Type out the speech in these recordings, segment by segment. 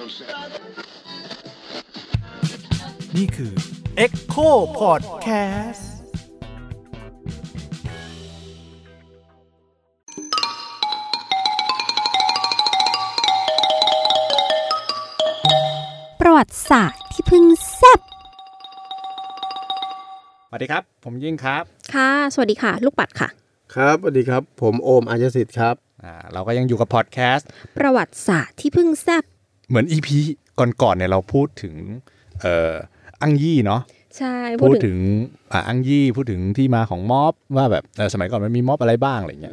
นี่คือ Echo Podcast ประวัติศาสตร์ที่เพิ่งแซ่บสวัสดีครับผมยิ่งครับค่ะสวัสดีค่ะลูกปัดค่ะครับสวัสดีครับผมโอมอาญสิทธิ์ครับเราก็ยังอยู่กับพอดแคสต์ประวัติศาสตร์ที่เพิ่งแซ่บเหมือน EP ก่อนๆเนี่ยเราพูดถึงอั้งยี่เนาะใช่พูดถึงอั้งยี่พูดถึงที่มาของม็อบว่าแบบสมัยก่อนมันมีม็อบอะไรบ้างอะไรเงี้ย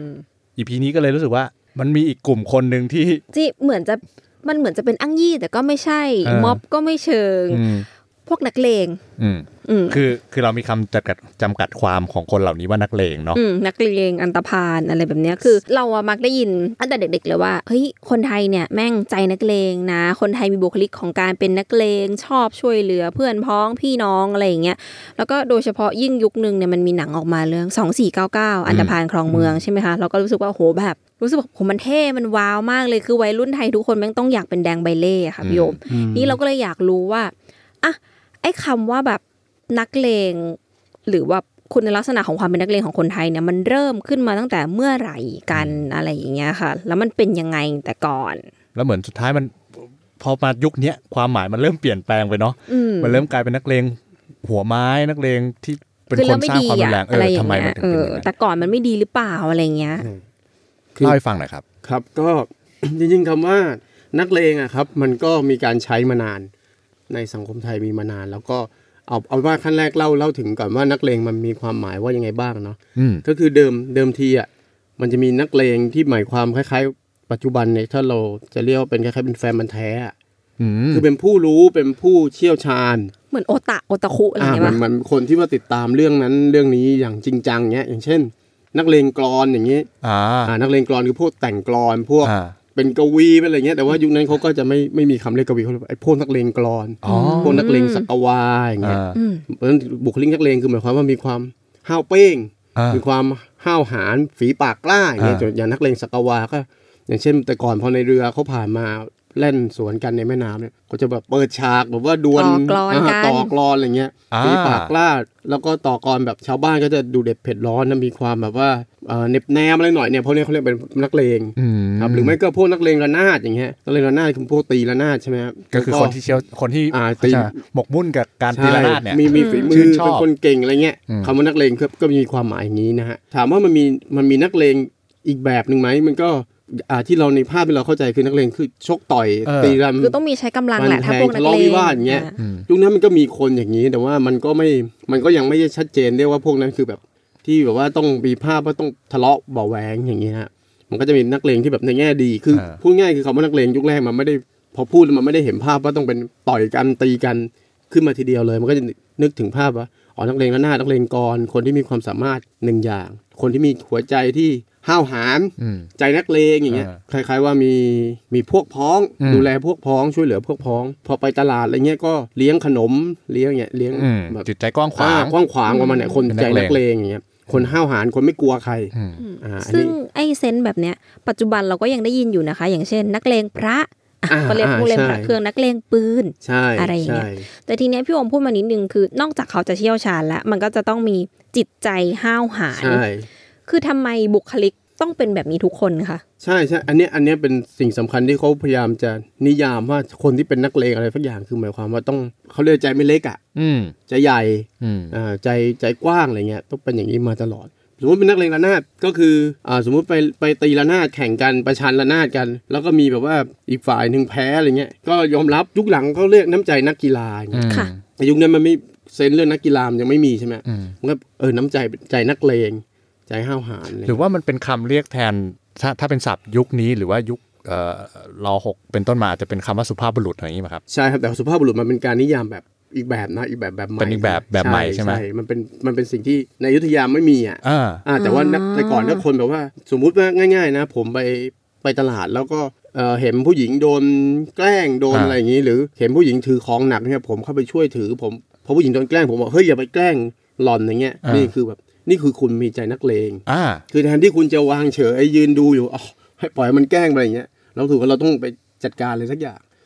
EP นี้ก็เลยรู้สึกว่ามันมีอีกกลุ่มคนนึงที่เหมือนจะเป็นอั้งยี่แต่ก็ไม่ใช่ม็อบก็ไม่เชิงพวกนักเลงคือเรามีคำจำกัดความของคนเหล่านี้ว่านักเลงเนาะนักเลงอันตพาลอะไรแบบนี้คือเรามักได้ยินตั้งแต่เด็กๆเลยว่าเฮ้ยคนไทยเนี่ยแม่งใจนักเลงนะคนไทยมีบุคลิกของการเป็นนักเลงชอบช่วยเหลือเพื่อนพ้องพี่น้องอะไรอย่างเงี้ยแล้วก็โดยเฉพาะยิ่งยุคนึงเนี่ยมันมีหนังออกมาเรื่อง2499อันตพาลครองเมืองใช่ไหมคะเราก็รู้สึกว่าโหแบบรู้สึกว่าโหมันเท่มันว้าวมากเลยคือวัยรุ่นไทยทุกคนแม่งต้องอยากเป็นแดงใบเล่ค่ะพี่โยมนี่เราก็เลยอยากรู้ว่าอ่ะไอ้คำว่าแบบนักเลงหรือว่าคุณลักษณะของความเป็นนักเลงของคนไทยเนี่ยมันเริ่มขึ้นมาตั้งแต่เมื่อไหร่กันอะไรอย่างเงี้ยค่ะแล้วมันเป็นยังไงแต่ก่อนแล้วเหมือนสุดท้ายมันพอมายุคนี้ความหมายมันเริ่มเปลี่ยนแปลงไปเนาะมันเริ่มกลายเป็นนักเลงหัวไม้นักเลงที่เป็นคนสร้างความรุนแรงทำไมมันถึงเป็นอย่างนั้นแต่ก่อนมันไม่ดีหรือเปล่าอะไรเงี้ยเล่าให้ฟังหน่อยครับครับก็จริงๆคำว่านักเลงอะครับมันก็มีการใช้มานานในสังคมไทยมีมานานแล้วก็เอาว่าขั้นแรกเล่าถึงก่อนว่านักเลงมันมีความหมายว่ายังไงบ้างเนาะก็คือเดิมทีอ่ะมันจะมีนักเลงที่หมายความคล้ายๆปัจจุบันเนี่ยถ้าเราจะเรียกว่าเป็นคล้ายๆเป็นแฟนมันแท้คือเป็นผู้รู้เป็นผู้เชี่ยวชาญเหมือนโอตะคุอะไรอย่างเงี้ยมันคนที่ว่าติดตามเรื่องนั้นเรื่องนี้อย่างจริงจังเงี้ยอย่างเช่นนักเลงกลอนอย่างงี้นักเลงกลอนคือพวกแต่งกลอนพวกเป็นกวีเป็นอะไรเงี้ยแต่ว่ายุคนั้นเขาก็จะไม่มีคำเรียกกวีเขาไอ้พวกนักเลงกลอนพวกนักเลงสักวาอย่างเงี้ยเพราะฉะนั้นบุคลิกนักเลงคือหมายความว่ามีความห้าวเป้งมีความห้าวหาญฝีปากกล้าอย่างเงี้ยอย่างนักเลงสักวาก็อย่างเช่นแต่ก่อนพอในเรือเขาผ่านมาเล่นสวนกันในแม่น้ำเนี่ยก็จะแบบเปิดฉากแบบว่าดวลต่อกลอนอะไรเงี้ยฝีปากกล้าแล้วก็ต่อกลอนแบบชาวบ้านก็จะดูเด็ดเผ็ดร้อนนะมีความแบบว่าเน็บแนมอะไรหน่อยเนี่ยเพราะเนี่ยเขาเรียกเป็นนักเลงครับหรือไม่ก็พวกนักเลงระนาดอย่างเงี้ยนักเลงระนาดคือพวกตีระนาดใช่ไหมครับก็คือคนที่ตีหมกมุ่นกับการตีระนาดเนี่ยมีฝีมือเป็นคนเก่งอะไรเงี้ยคำว่านักเลงก็มีความหมายอย่างนี้นะฮะถามว่ามันมีนักเลงอีกแบบนึงไหมมันก็ที่เราในภาพที่เราเข้าใจคือนักเลงคือชกต่อยตีรันคือต้องมีใช้กำลังแหละถ้าพวกนักเลงวิวาทอย่างเงี้ยยุคนั้นมันก็มีคนอย่างนี้แต่ว่ามันก็ยังไม่ชัดเจนเรียกว่าพวกนั้นคือแบบที่แบบว่าต้องมีภาพว่าต้องทะเลาะเบาแหวงอย่างเงี้ยมันก็จะมีนักเลงที่แบบในแง่ดีคือพูดง่ายคือคำว่านักเลงยุคแรกมันไม่ได้พอพูดมันไม่ได้เห็นภาพว่าต้องเป็นต่อยกันตีกันขึ้นมาทีเดียวเลยมันก็จะนึกถึงภาพว่านักเลงระนาดนักเลงกลคนที่มีความสามารถหนึ่งอย่างคนที่มีหัวใจที่ห้าวหาญใจนักเลงอย่างเงี้ยคล้ายๆว่ามีพวกพ้องดูแลพวกพ้องช่วยเหลือพวกพ้องพอไปตลาดอะไรเงี้ยก็เลี้ยงขนมเลี้ยงแบบจิตใจกว้างขวางประมาณเนี่ยคนใจนักเลงอย่างเงี้ยคนห้าวหาญคนไม่กลัวใครซึ่งไอ้เซนส์แบบเนี้ยปัจจุบันเราก็ยังได้ยินอยู่นะคะอย่างเช่นนักเลงพระก็เรียกพวกเลงพระเครื่องนักเลงปืนอะไรอย่างเงี้ยแต่ทีเนี้ยพี่อมพูดมานิดนึงคือนอกจากเขาจะเชี่ยวชาญแล้วมันก็จะต้องมีจิตใจห้าวหาญคือทำไมบุคลิกต้องเป็นแบบนี้ทุกคนคะใช่อันนี้เป็นสิ่งสำคัญที่เขาพยายามจะนิยามว่าคนที่เป็นนักเลงอะไรสักอย่างคือหมายความว่าต้องเขาเรียกใจไม่เล็กอ่ะใจใหญ่ใจกว้างอะไรเงี้ยต้องเป็นอย่างนี้มาตลอดสมมติเป็นนักเลงระนาดก็คือสมมติไปตีระนาดแข่งกันประชันระนาดกันแล้วก็มีแบบว่าอีกฝ่ายนึงแพ้อะไรเงี้ยก็ยอมรับยุคหลังเขาเรียกน้ำใจนักกีฬาแต่ยุคนั้นมันไม่เซนเรื่องนักกีฬายังไม่มีใช่ไหมมันก็น้ำใจนักเลงใจห้าวหาญหรือว่ามันเป็นคำเรียกแทนถ้าเป็นศัพท์ยุคนี้หรือว่ายุคร.6 เป็นต้นมาจะเป็นคำว่าสุภาพบุรุษอะไรอย่างนี้ไหมครับใช่ครับแต่สุภาพบุรุษมันเป็นการนิยามแบบอีกแบบนะอีกแบบใหม่เป็นอีกแบบใหม่ใช่ไหมมันเป็นสิ่งที่ในอยุธยาไม่มีแต่ว่าแต่ก่อนถ้าคนแบบว่าสมมุติว่าง่ายๆนะผมไปตลาดแล้วก็เห็นผู้หญิงโดนแกล้งโดนอะไรอย่างนี้หรือเห็นผู้หญิงถือของหนักเนี่ยผมเข้าไปช่วยถือผมพอผู้หญิงโดนแกล้งผมบอกเฮ้ยอย่าไปแกล้งหล่อนอย่างเงี้ยนี่คือคุณมีใจนักเลงคือแทนที่คุณจะวางเฉยยืนดูอยู่ให้ปล่อยมันแกล้งไปอย่างเงี้ยเราถือว่าเราต้องไปจัดการเลยสักอย่าง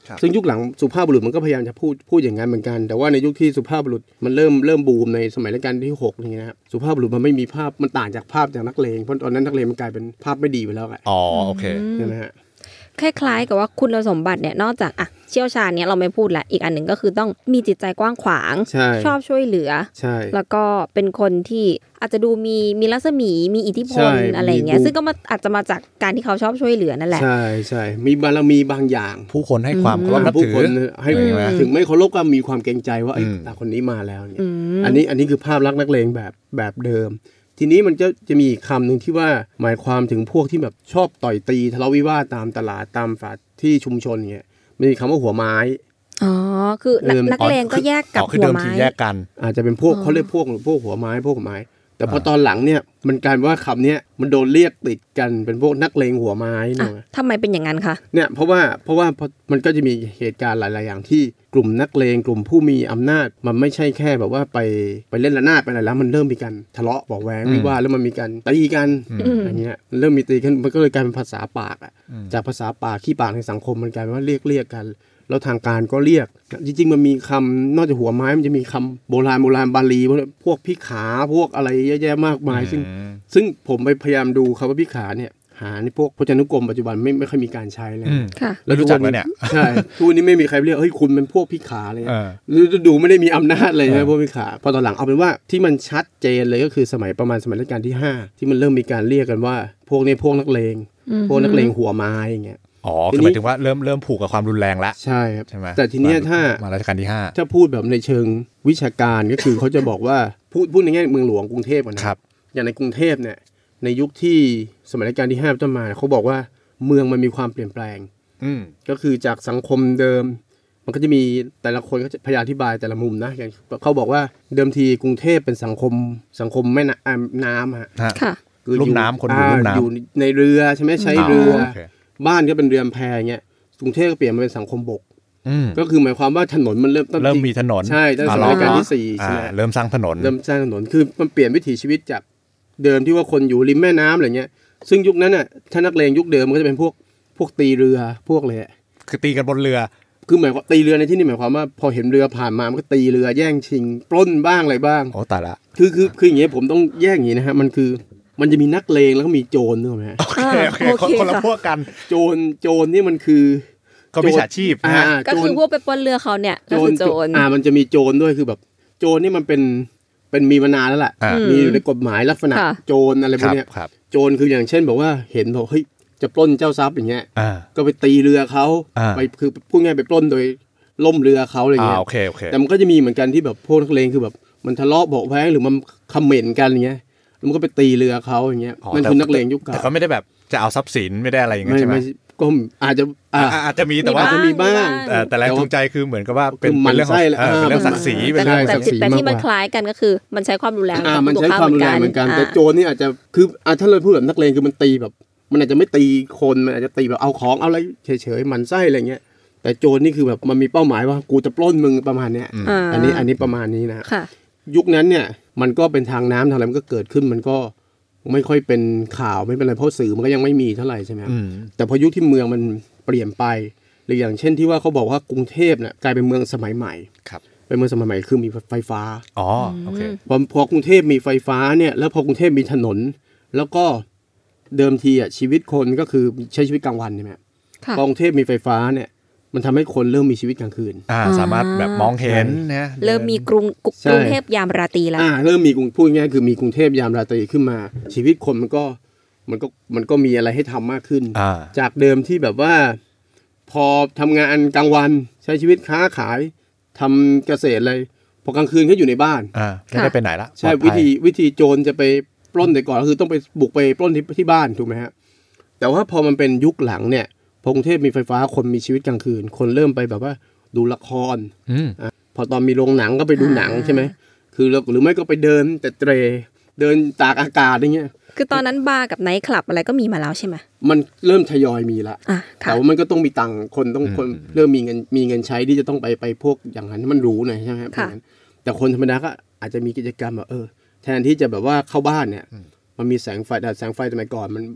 ซึ่งยุคหลังสุภาพบุรุษมันก็พยายามจะพูดอย่างนั้นเหมือนกันแต่ว่าในยุคที่สุภาพบุรุษมันเริ่มบูมในสมัยรัชกาลที่6อย่างเงี้ยครับสุภาพบุรุษมันไม่มีภาพมันต่างจากภาพจากนักเลงเพราะตอนนั้นนักเลงมันกลายเป็นภาพไม่ดีไปแล้วอ๋อโอเคใช่ไหมฮะคล้ายๆกับว่าคุณสมบัติเนี่ยนอกจากเชี่ยวชาญเนี่ยเราไม่พูดละอีกอันหนึ่งก็คือต้องมีจิตใจกว้างขวางชอบช่วยเหลือแล้วก็เป็นคนที่อาจจะดูมีรัศมีอิทธิพลอะไรเงี้ยซึ่งก็อาจจะมาจากการที่เขาชอบช่วยเหลือนั่นแหละใช่มีบารมีบางอย่างผู้คนให้ความเคารพนับถือให้ถึงไม่เคารพก็มีความเกรงใจว่าไอ้คนนี้มาแล้วเนี่ยอันนี้คือภาพลักษณ์นักเลงแบบเดิมทีนี้มันจะมีคำหนึ่งที่ว่าหมายความถึงพวกที่แบบชอบต่อยตีทะเลาะวิวาทตามตลาดตามฝาที่ชุมชนเงี้ยมันมีคำว่าหัวไม้คือนักเลงก็แยกกับหัวไม้แยกกันอาจจะเป็นพวกเขาเรียกพวกหัวไม้พวกหัวไม้แต่พอตอนหลังเนี่ยมันกลายว่าคำนี้มันโดนเรียกติดกันเป็นพวกนักเลงหัวไม้เนี่ยทำไมเป็นอย่างนั้นคะเนี่ยเพราะว่ามันก็จะมีเหตุการณ์หลายๆอย่างที่กลุ่มนักเลงกลุ่มผู้มีอำนาจมันไม่ใช่แค่แบบว่าไปเล่นระนาดไปอะไรแล้วมันเริ่มมีการทะเลาะเบาะแว้งวิวาทแล้วมันมีการตีกันอย่างเงี้ยเริ่มมีตีกันมันก็เลยกลายเป็นภาษาปากจากภาษาปากขี้ปากในสังคมมันกลายเป็นว่าเรียกกันแล้วทางการก็เรียกจริงๆมันมีคำนอกจากหัวไม้มันจะมีคำโบราณบาลีพวกพิขาพวกอะไรเยอะแยะมากมายซึ่งผมไปพยายามดูคำว่าพิขาเนี่ยหาในพวกพจนานุกรมปัจจุบันไม่ค่อยมีการใช้แล้วแล้วรู้จักแล้วเนี่ยใช่ทุกวันนี้ไม่มีใครเรียกเฮ้ยคุณเป็นพวกพิขาเลยหรือดูไม่ได้มีอำนาจเลยนะพวกพิขาพอตอนหลังเอาเป็นว่าที่มันชัดเจนเลยก็คือสมัยรัชกาลที่5ที่มันเริ่มมีการเรียกกันว่าพวกนี้พวกนักเลงหัวไม้อย่างเงี้ยคือหมายถึงว่าเริ่มผูกกับความรุนแรงแล้วใช่ครับใช่ไหมแต่ทีนี้ถ้ามารัชกาลที่5 ถ้าพูดแบบในเชิงวิชาการก็คือเขาจะบอกว่าพูดในแง่เมืองหลวงกรุงเทพนะครับอย่างในกรุงเทพเนี่ยในยุคที่สมัยรัชกาลที่5ต้นมาเขาบอกว่าเมืองมันมีความเปลี่ยนแปลงก็คือจากสังคมเดิมมันก็จะมีแต่ละคนก็พยายามอธิบายแต่ละมุมนะอย่างเขาบอกว่าเดิมทีกรุงเทพเป็นสังคมแม่น้ำฮะคือลุ่มน้ำคนอยู่ลุ่มน้ำอยู่ในเรือใช่ไหมใช้เรือบ้านก็เป็นเรือนแพเงี้ยกรุงเทพก็เปลี่ยนมาเป็นสังคมบกก็คือหมายความว่าถนนมันเริ่มมีถนนใช่ตั้งแต่สมัยรัชกาลที่4ใช่ไหมเริ่มสร้างถนนคือมันเปลี่ยนวิถีชีวิตจากเดิมที่ว่าคนอยู่ริมแม่น้ำอะไรเงี้ยซึ่งยุคนั้นน่ะถ้านักเลงยุคเดิมมันก็จะเป็นพวกตีเรือพวกเลยคือตีกันบนเรือคือหมายความตีเรือในที่นี้หมายความว่าพอเห็นเรือผ่านมามันก็ตีเรือแย่งชิงปล้นบ้างอะไรบ้างโอ้ตายละคืออย่างเงี้ยผมต้องแยกอย่างงี้นะฮะมันจะมีนักเลงแล้วก็มีโจรด้วยมั้ยโอเคคนละพวกกันโจรนี่มันคือก็มิจฉาชีพนะก็คือพวกไปปล้นเรือเขาเนี่ยก็คือโจรมันจะมีโจรด้วยคือแบบโจรนี่มันเป็นมีมานานแล้วแหละมีอยู่ในกฎหมายลักษณะโจรอะไรพวกเนี้ยโจรคืออย่างเช่นบอกว่าเห็นบอกเฮ้ยจะปล้นเจ้าทรัพย์อย่างเงี้ยก็ไปตีเรือเขาไปคือพูดง่ายไปปล้นโดยล่มเรือเขาอะไรเงี้ยแต่มันก็จะมีเหมือนกันที่แบบพวกนักเลงคือแบบมันทะเลาะเบาะแว้งหรือมันคอมเมนต์กันอย่างเงี้ยมันก็ไปตีเรือเขาอย่างเงี้ยมันคือนักเลงยุคเก่าแต่เขาไม่ได้แบบจะเอาทรัพย์สินไม่ได้อะไรอย่างเงี้ยใช่ไหมก็อาจจะมีแต่ว่าจะมีบ้างแต่แรงจูงใจคือเหมือนกับว่าเป็นเรื่องเป็นเรื่องศักดิ์ศรีเป็นเรื่องศักดิ์ศรีแต่ที่มันคล้ายกันก็คือมันใช้ความรุนแรงมันใช้ความรุนแรงเหมือนกันแต่โจรนี่อาจจะคือถ้าเราพูดแบบนักเลงคือมันตีแบบมันอาจจะไม่ตีคนมันอาจจะตีแบบเอาของเอาอะไรเฉยๆมันไส้อะไรเงี้ยแต่โจรนี่คือแบบมันมีเป้าหมายว่ากูจะปล้นมึงประมาณเนี้ยอันนี้ประมาณนี้นะยุคนั้นเนี่ยมันก็เป็นทางน้ำทางอะไรมันก็เกิดขึ้นมันก็ไม่ค่อยเป็นข่าวไม่เป็นไรเพราะสื่อมันก็ยังไม่มีเท่าไหร่ใช่ไหมแต่พอยุคที่เมืองมันเปลี่ยนไปหรืออย่างเช่นที่ว่าเขาบอกว่ากรุงเทพเนี่ยกลายเป็นเมืองสมัยใหม่เป็นเมืองสมัยใหม่คือมีไฟฟ้าโอเคพอกรุงเทพมีไฟฟ้าเนี่ยแล้วพอกรุงเทพมีถนนแล้วก็เดิมทีชีวิตคนก็คือใช้ชีวิตกลางวันใช่ไหมพอกรุงเทพมีไฟฟ้าเนี่ยมันทำให้คนเริ่มมีชีวิตกลางคืนสามารถแบบมองเห็นนะเริ่มมีกรุงเทพยามราตรีแล้วเริ่มมีพูดง่ายคือมีกรุงเทพยามราตรีขึ้นมาชีวิตคนมันก็มีอะไรให้ทำมากขึ้นจากเดิมที่แบบว่าพอทำงานกลางวันใช้ชีวิตค้าขายทำเกษตรอะไรพอกลางคืนก็อยู่ในบ้านไม่ได้ไปไหนละใช่วิธีโจรจะไปปล้นแต่ก่อนก็คือต้องไปบุกไปปล้นที่บ้านถูกไหมฮะแต่ว่าพอมันเป็นยุคหลังเนี่ยกรุงเทพมีไฟฟ้าคนมีชีวิตกลางคืนคนเริ่มไปแบบว่าดูละครพอตอนมีโรงหนังก็ไปดูหนังใช่ไหมคือหรือไม่ก็ไปเดินแต่เดินตากอากาศอย่างเงี้ยคือตอนนั้นบาร์กับไนท์คลับอะไรก็มีมาแล้วใช่ไหมมันเริ่มทยอยมีละแต่ว่ามันก็ต้องมีตังค์คนเริ่มมีเงินใช้ที่จะต้องไปพวกอย่างนั้นมันรู้หน่อยใช่ไหมแต่คนธรรมดาก็อาจจะมีกิจกรรมแบบแทนที่จะแบบว่าเข้าบ้านเนี่ยมันมีแสงไฟสมัยก่อนมัน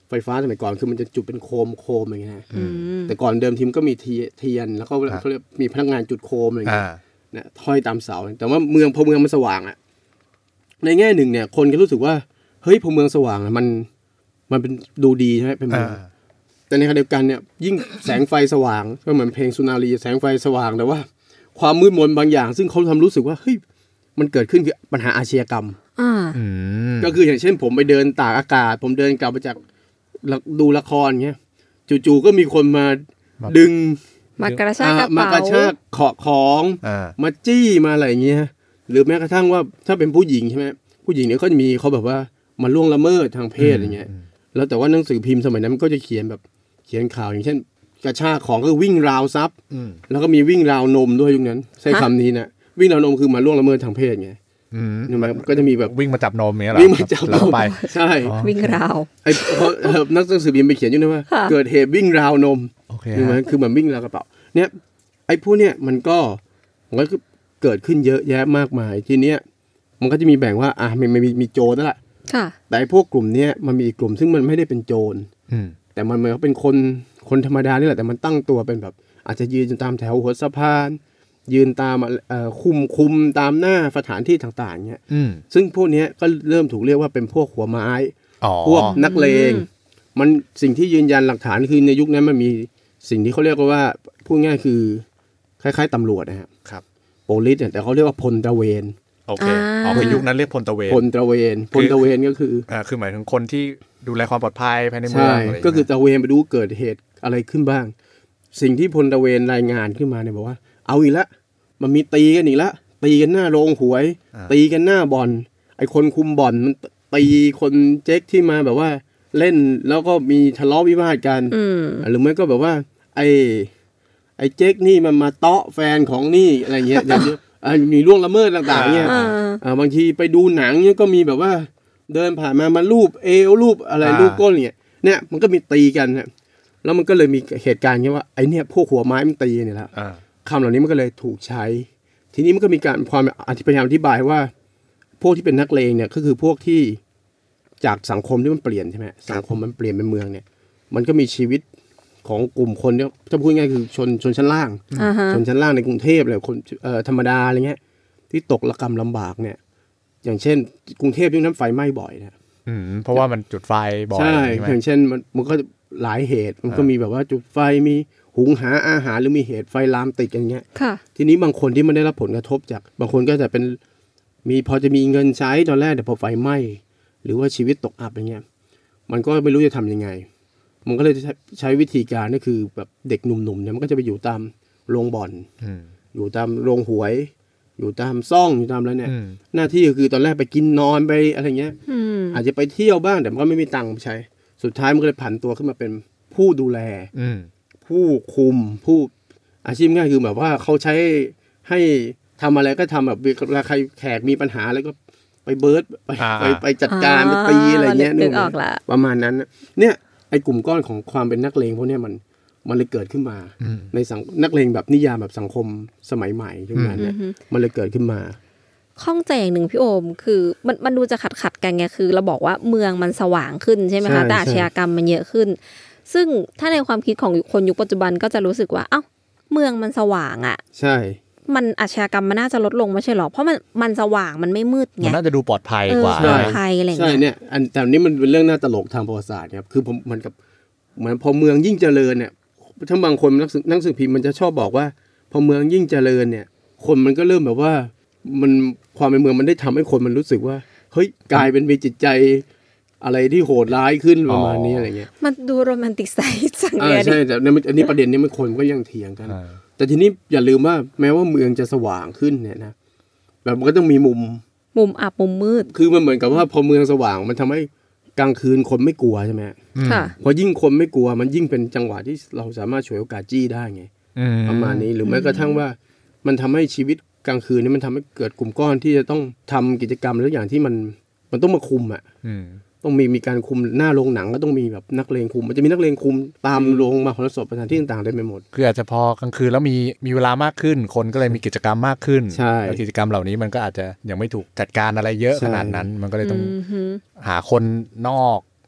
ไฟฟ้าสมัยก่อนคือมันจะจุดเป็นโคมอย่างเงี้ยแต่ก่อนเดิมทีมก็มีเทียนแล้วก็เขาเรียกมีพนักงานจุดโคมอะไรอย่างเงี้ยนะห้อยตามเสาแต่ว่าพอเมืองมันสว่างอ่ะในแง่หนึ่งเนี่ยคนก็รู้สึกว่าเฮ้ยพอเมืองสว่างมันเป็นดูดีใช่ไหมเป็นเมืองแต่ในขณะเดียวกันเนี่ยยิ่งแสงไฟสว่างก็เหมือนเพลงสุนารีแสงไฟสว่างแต่ว่าความมืดมนบางอย่างซึ่งเขาทำรู้สึกว่าเฮ้ยมันเกิดขึ้นคือปัญหาอาชญากรรมก็คืออย่างเช่นผมไปเดินตากอากาศผมเดินกลับมาจากดูละครเงี้ยจู่ๆก็มีคนมาดึงมากระชากกระเป๋ามากระชากของมาจี้มาอะไรอย่างเงี้ยหรือแม้กระทั่งว่าถ้าเป็นผู้หญิงใช่ไหมผู้หญิงเนี่ยเขาจะมีเขาแบบว่ามาล่วงละเมิดทางเพศอย่างเงี้ยแล้วแต่ว่าหนังสือพิมพ์สมัยนั้นมันก็จะเขียนข่าวอย่างเช่นกระชากของก็วิ่งราวทรัพย์แล้วก็มีวิ่งราวนมด้วยยุคนั้นใช้คำนี้นะวิ่งราวนมคือมาล่วงละเมิดทางเพศไงมันก็จะมีแบบวิ่งมาจับนมเงี้ยหรอวิ่งมาจับนมไปใช่วิ่งราวไอ้นักหนังสือพิมพ์ไปเขียนอยู่นะว่าเกิดเหตุวิ่งราวนมคือมันคือมันวิ่งราวกระเป๋าเนี่ยไอ้พวกเนี้ยมันก็เกิดขึ้นเยอะแยะมากมายทีเนี้ยมันก็จะมีแบ่งว่ามันมีโจรนั่นแหละแต่พวกกลุ่มเนี้ยมันมีอีกกลุ่มซึ่งมันไม่ได้เป็นโจรแต่มันเหมือนเป็นคนธรรมดานี่แหละแต่มันตั้งตัวเป็นแบบอาจจะยืนตามแถวหัวสะพานยืนตามคุมตามหน้าสถานที่ต่างๆเนี้ยซึ่งพวกนี้ก็เริ่มถูกเรียกว่าเป็นพวกหัวไม้พวกนักเลงมันสิ่งที่ยืนยันหลักฐานคือในยุคนั้นมันมีสิ่งที่เขาเรียกว่าพูดง่ายคือคล้ายๆตำรวจนะครับโปลิสเนี่ยแต่เขาเรียกว่าพลตระเวนโอเคในยุคนั้นเรียกพลตระเวนพลตระเวนก็คือหมายถึงคนที่ดูแลความปลอดภัยภายในเมืองก็คือตระเวนไปดูเกิดเหตุอะไรขึ้นบ้างสิ่งที่พลตระเวนรายงานขึ้นมาเนี่ยบอกว่าเอาอีกแล้วมันมีตีกันอีกแล้วตีกันหน้าโรงหวยตีกันหน้าบ่อนไอ้คนคุมบ่อนมันตีคนเจ๊กที่มาแบบว่าเล่นแล้วก็มีทะเลาะวิวาทกันหรือไม่ก็แบบว่าไอ้เจ๊กนี่มันมาเตาะแฟนของนี่อะไรเงี้ยมีล่วงละเมิดต่างๆเงี้ยบางทีไปดูหนังเนี่ยก็มีแบบว่าเดินผ่านมาลูบเอวลูบอะไรลูบก้นเนี่ยมันก็มีตีกันแล้วมันก็เลยมีเหตุการณ์เงี้ยว่าไอ้เนี่ยพวกหัวไม้มันตีเนี่ยแหละคำเหล่านี้มันก็เลยถูกใช้ทีนี้มันก็มีการความพยายามอธิบายว่าพวกที่เป็นนักเลงเนี่ยก็คือพวกที่จากสังคมที่มันเปลี่ยนใช่ไหมสังคมมันเปลี่ยนเป็นเมืองเนี่ยมันก็มีชีวิตของกลุ่มคนเนี่ยถ้าพูดง่ายคือชนชั้นล่างชนชั้นล่างในกรุงเทพเลยคนธรรมดาอะไรเงี้ยที่ตกระกำลำบากเนี่ยอย่างเช่นกรุงเทพยุคนั้นไฟไหม้บ่อยนะเพราะว่ามันจุดไฟบ่อยใช่อย่างเช่นมันก็หลายเหตุมันก็มีแบบว่าจุดไฟมีหุงหาอาหารหรือมีเหตุไฟลามติดอย่างเงี้ยทีนี้บางคนที่มันได้รับผลกระทบจากบางคนก็จะเป็นพอจะมีเงินใช้ตอนแรกแต่พอไฟไหม้หรือว่าชีวิตตกอับอย่างเงี้ยมันก็ไม่รู้จะทำยังไงมันก็เลยใช้วิธีการก็คือแบบเด็กหนุ่มๆเนี่ยมันก็จะไปอยู่ตามโรงบ่อนอยู่ตามโรงหวยอยู่ตามซ่องอยู่ตามอะไรเนี่ยหน้าที่ก็คือตอนแรกไปกินนอนไปอะไรเงี้ยอาจจะไปเที่ยวบ้างแต่มันก็ไม่มีตังค์ใช้สุดท้ายมันก็เลยผันตัวขึ้นมาเป็นผู้ดูแลผู้คุมผู้อาชีพง่ายคือแบบว่าเขาใช้ให้ทำอะไรก็ทำแบบเวลาใครแขกมีปัญหาแล้วก็ไปเบิร์ดไปจัดการไปตีอะไรเงี้ยประมาณนั้นเนี่ยไอ้กลุ่มก้อนของความเป็นนักเลงพวกนี้มันเลยเกิดขึ้นมาในนักเลงแบบนิยามแบบสังคมสมัยใหม่ทุกนั้นเนี่ยมันเลยเกิดขึ้นมาข้องใจอย่างหนึ่งพี่โอมคือมันดูจะขัดกันไงคือเราบอกว่าเมืองมันสว่างขึ้นใช่ไหมคะแต่อาชญากรรมมันเยอะขึ้นซึ่งถ้าในความคิดของคนยุคปัจจุบันก็จะรู้สึกว่าเอ้าเมืองมันสว่างอ่ะใช่มันอาชญากรรมมันน่าจะลดลงไม่ใช่หรอเพราะมันสว่างมันไม่มืดไงมันน่าจะดูปลอดภัยกว่าปลอดภัยอะไรอย่างเงี้ยใช่เนี่ยแต่นี้มันเป็นเรื่องน่าตลกทางประวัติศาสตร์ครับคือผมเหมือนพอเมืองยิ่งเจริญเนี่ยถ้าบางคนนักสืบพิมพ์มันจะชอบบอกว่าพอเมืองยิ่งเจริญเนี่ยคนมันก็เริ่มแบบว่ามันความเป็นเมืองมันได้ทำให้คนมันรู้สึกว่าเฮ้ยกลายเป็นมีจิตใจอะไรที่โหดร้ายขึ้นประมาณนี้อะไรเงี้ยมันดูโรแมนติกไซส์จังเลยใช่แต่อันนี้ประเด็นนี้มันคนก็ยังเถียงกันแต่ทีนี้อย่าลืมว่าแม้ว่าเมืองจะสว่างขึ้นเนี่ยนะแบบมันก็ต้องมีมุมอับมุมมืดคือมันเหมือนกับว่าพอเมืองสว่างมันทำให้กลางคืนคนไม่กลัวใช่ไหมค่ะพอยิ่งคนไม่กลัวมันยิ่งเป็นจังหวะที่เราสามารถฉวยโอกาสจี้ได้ไงประมาณนี้หรือแม้กระทั่งว่ามันทำให้ชีวิตกลางคืนนี่มันทำให้เกิดกลุ่มก้อนที่จะต้องทำกิจกรรมแล้วอย่างที่มันต้องมาคุมอ่ะต้องมีการคุมหน้าโรงหนังก็ต้องมีแบบนักเลงคุมมันจะมีนักเลงคุมตามโรงมหรสพสถานที่ต่างๆได้ไปหมดคืออาจจะพอกลางคืนแล้วมีเวลามากขึ้นคนก็เลยมีกิจกรรมมากขึ้นแล้วกิจกรรมเหล่านี้มันก็อาจจะยังไม่ถูกจัดการอะไรเยอะขนาดนั้นมันก็เลยต้องหาคนนอก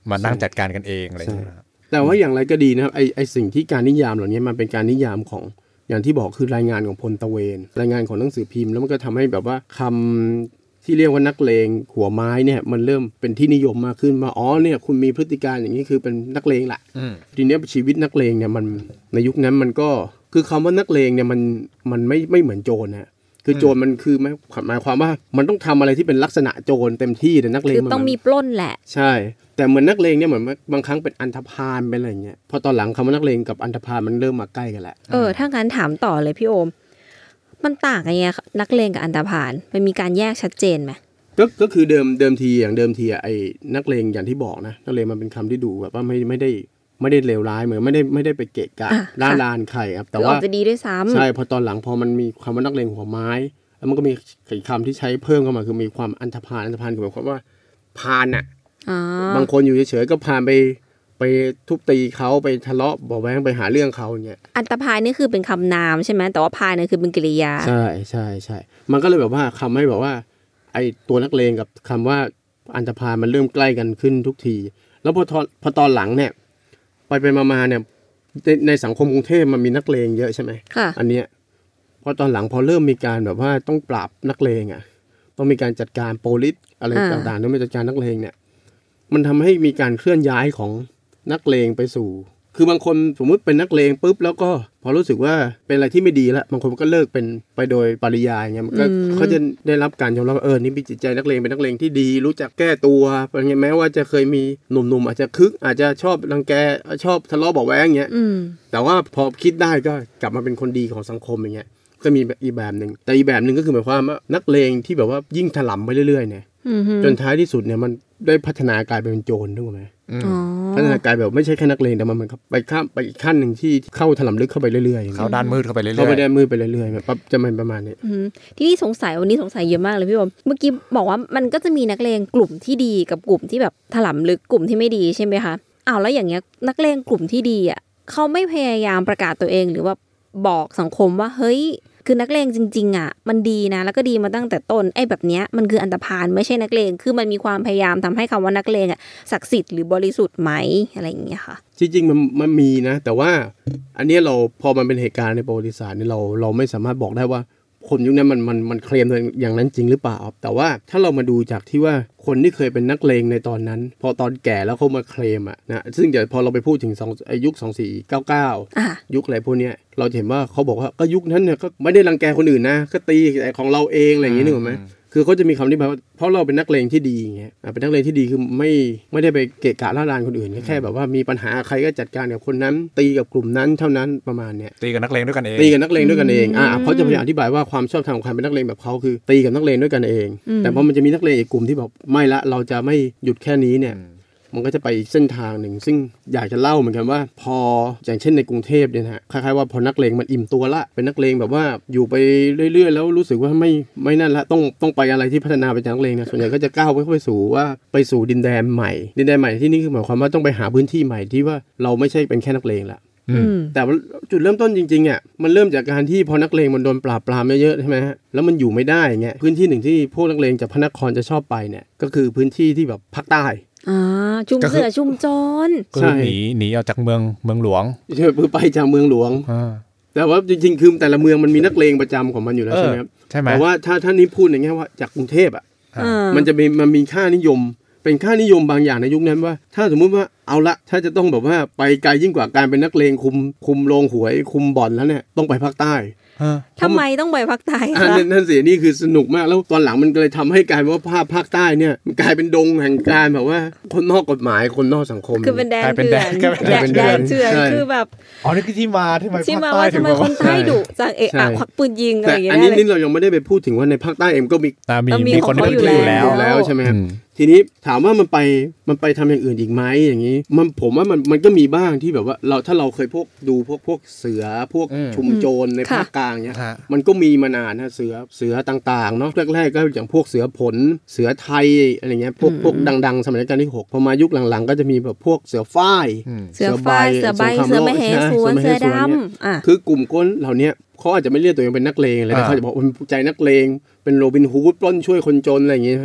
มานั่งจัดการกันเองอะไรอย่างเงี้ยแต่ว่าอย่างไรก็ดีนะครับไอสิ่งที่การนิยามเหล่านี้มันเป็นการนิยามของอย่างที่บอกคือรายงานของพลตะเวนรายงานของหนังสือพิมพ์แล้วมันก็ทำให้แบบว่าคำที่เรียกว่านักเลงหัวไม้เนี่ยมันเริ่มเป็นที่นิยมมากขึ้นมาอ๋อเนี่ยคุณมีพฤติการอย่างนี้คือเป็นนักเลงแหละทีนี้ชีวิตนักเลงเนี่ยมันในยุคนั้นมันก็คือคำว่านักเลงเนี่ยมันไม่เหมือนโจรนะคือโจรมันคือหมายความว่ามันต้องทำอะไรที่เป็นลักษณะโจรเต็มที่แต่นักเลงคือต้องมีปล้นแหละใช่แต่เหมือนนักเลงเนี่ยเหมือนบางครั้งเป็นอันธพาลเป็นอะไรเงี้ยพอตอนหลังคำว่านักเลงกับอันธพาลมันเริ่มมาใกล้กันแหละถ้างั้นถามต่อเลยพี่โอมมันต่างกันยังไงนักเลงกับอันธพาลมันมีการแยกชัดเจนไหมก็คือเดิมทีไอ้นักเลงอย่างที่บอกนะนักเลงมันเป็นคำที่ดูแบบว่าไม่ได้เลวร้ายเหมือนไม่ได้ไปเกะกะล่าลานใครครับแต่ว่าจะดีด้วยซ้ำใช่พอตอนหลังพอมันมีคำว่านักเลงหัวไม้แล้วมันก็มีคำที่ใช้เพิ่มเข้ามาคือมีความอันธพาลคือหมายความว่าพาลน่ะบางคนอยู่เฉยๆก็พาไปทุบตีเขาไปทะเลาะเบาะแว้งไปหาเรื่องเขาอย่างเงี้ยอันธพาลนี่คือเป็นคำนามใช่ไหมแต่ว่าพาลเนี่ยคือเป็นกริยาใช่มันก็เลยแบบว่าคำให้แบบว่าไอ้ตัวนักเลงกับคำว่าอันธพาลมันเริ่มใกล้กันขึ้นทุกทีแล้วพอตอนหลังเนี่ยไปมาเนี่ยในสังคมกรุงเทพมันมีนักเลงเยอะใช่ไหมอันเนี้ยพอตอนหลังพอเริ่มมีการแบบว่าต้องปราบนักเลงต้องมีการจัดการโปลิสอะไรต่างๆต้องมีจัดการนักเลงเนี่ยมันทำให้มีการเคลื่อนย้ายของนักเลงไปสู่คือบางคนสมมุติเป็นนักเลงปุ๊บแล้วก็พอรู้สึกว่าเป็นอะไรที่ไม่ดีแล้วบางคนก็เลิกเป็นไปโดยปริยายเงี้ยมันก็เขาจะได้รับการยอมรับนี่มีจิตใจนักเลงเป็นนักเลงที่ดีรู้จักแก้ตัวอะไรเงี้ยแม้ว่าจะเคยมีหนุ่มๆอาจจะคึกอาจจะชอบรังแกชอบทะเลาะเบาะแว้งเงี้ยแต่ว่าพอคิดได้ก็กลับมาเป็นคนดีของสังคมอย่างเงี้ยก็มีอีกแบบนึงแต่อีกแบบนึงก็คือหมายความว่านักเลงที่แบบว่ายิ่งถลำไปเรื่อยๆเนี่ยจนท้ายที่สุดเนี่ยมันได้พัฒนากลายเป็นโจรถูกไหมพัฒนากลายแบบไม่ใช่แค่นักเลงแต่มันไปข้ามไปอีกขั้นหนึ่งที่เข้าถลำลึกเข้าไปเรื่อยๆเข้าด้านมืดเข้าไปเรื่อยๆเข้าไปด้านมืดไปเรื่อยๆปั๊บจะเป็นประมาณนี้ที่นี่สงสัยวันนี้สงสัยเยอะมากเลยพี่บอมเมื่อกี้บอกว่ามันก็จะมีนักเลงกลุ่มที่ดีกับกลุ่มที่แบบถลำลึกกลุ่มที่ไม่ดีใช่ไหมคะแล้วอย่างเงี้ยนักเลงกลุ่มที่ดีเขาไม่พยายามประกาศตัวเองหรือว่าบอกสังคมว่าเฮ้ยคือนักเลงจริงๆมันดีนะแล้วก็ดีมาตั้งแต่ต้นไอ้แบบเนี้ยมันคืออันธพาลไม่ใช่นักเลงคือมันมีความพยายามทำให้คำว่านักเลงศักดิ์สิทธิ์หรือบริสุทธิ์ไหมอะไรอย่างเงี้ยค่ะจริงๆมันมีนะแต่ว่าอันนี้เราพอมันเป็นเหตุการณ์ในประวัติศาสตร์นี่เราไม่สามารถบอกได้ว่าคนยุคนั้นมันเคลมอย่างนั้นจริงหรือเปล่าแต่ว่าถ้าเรามาดูจากที่ว่าคนที่เคยเป็นนักเลงในตอนนั้นพอตอนแก่แล้วเขามาเคลมนะซึ่งเดี๋ยวพอเราไปพูดถึงยุค2499ยุคอะไรพวกนี้เราเห็นว่าเขาบอกว่าก็ยุคนั้นเนี่ยก็ไม่ได้รังแกคนอื่นนะก็ตีของเราเองอะไรอย่างนี้นึกออกไหมคือเขาจะมีคำที่แบบว่าเพราะเราเป็นนักเลงที่ดีอย่างเงี้ยเป็นนักเลงที่ดีคือไม่ได้ไปเกะกะล่าลานคนอื่นแค่แบบว่ามีปัญหาใครก็จัดการกับคนนั้นตีกับกลุ่มนั้นเท่านั้นประมาณเนี้ยตีกับนักเลงด้วยกันเองเขาจะพยายามอธิบายว่าความชอบธรรมของใครเป็นนักเลงแบบเขาคือตีกับนักเลงด้วยกันเองแต่พอมันจะมีนักเลงอีกกลุ่มที่แบบไม่ละเราจะไม่หยุดแค่นี้เนี่ยมันก็จะไปอีกเส้นทางหนึ่งซึ่งอยากจะเล่าเหมือนกันว่าพออย่างเช่นในกรุงเทพเนี่ยนะคล้ายๆว่าพอนักเลงมันอิ่มตัวละเป็นนักเลงแบบว่าอยู่ไปเรื่อยๆแล้วรู้สึกว่าไม่นั่นละต้องไปอะไรที่พัฒนาไปจากนักเลงเนี่ยส่วนใหญ่ก็จะก้าวไปสู่ดินแดนใหม่ที่นี่คือหมายความว่าต้องไปหาพื้นที่ใหม่ที่ว่าเราไม่ใช่เป็นแค่นักเลงละแต่จุดเริ่มต้นจริงๆมันเริ่มจากการที่พอนักเลงมันโดนปราบปรามเยอะๆใช่ไหมฮะแล้วมันอยู่ไม่ได้เงี้ยพื้นที่หนึ่งที่พวกนักเลงจากพระนครจะชอบไปเนี่ยก็คือพื้นที่ที่แบบภาคใต้ชุมเสือชุมโจรใช่หนีออกจากเมืองหลวงใช่ไปจากเมืองหลวงแต่ว่าจริงๆคือแต่ละเมืองมันมีนักเลงประจำของมันอยู่แล้วใช่ไหมครับแต่ว่าถ้านี้พูดอย่างเงี้ยว่าจากกรุงเทพมันมีค่านิยมเป็นค่านิยมบางอย่างในยุคนั้นว่าถ้าสมมุติว่าเอาละถ้าจะต้องแบบว่าไปไกลยิ่งกว่าการเป็นนักเลงคุมโรงหวยคุมบ่อนแล้วเนี่ยต้องไปภาคใต้ทำไมต้องไปภาคใต้คะนั่นสินี่คือสนุกมากแล้วตอนหลังมันก็เลยทำให้กลายเป็นว่าภาคใต้เนี่ยมันกลายเป็นดงแห่งการแบบว่าคนนอกกฎหมายคนนอกสังคมคือเป็นแดนเถื่อนคือแบบนี่คือที่มาทำไมคนใต้ดุจังควักปืนยิงอะไรอย่างเงี้ยอันนี้เรายังไม่ได้ไปพูดถึงว่าในภาคใต้เองก็มีคนที่อยู่แล้วใช่ไหมครับทีนี้ถามว่ามันไปทำอย่างอื่นอีกไหมอย่างนี้ผมว่ามันก็มีบ้างที่แบบว่าถ้าเราเคยดูพวกเสือพวกชุมโจรในภาคกลางเนี่ยมันก็มีมานานนะเสือต่างๆเนาะแรกๆก็อย่างพวกเสือผลเสือไทยอะไรเงี้ยพวกดังๆสมัยรัชกาลที่6พอมายุคหลังๆก็จะมีแบบพวกเสือฝ้ายเสือใบเสือมเหสวนเสือดำคือกลุ่มคนเหล่านี้เขาอาจจะไม่เรียกตัวเองเป็นนักเลงเลยแต่เขาจะบอกเป็นผู้ใจนักเลงเป็นโรบินฮูดปล้นช่วยคนจนอะไรอย่างเงี้ยฮะ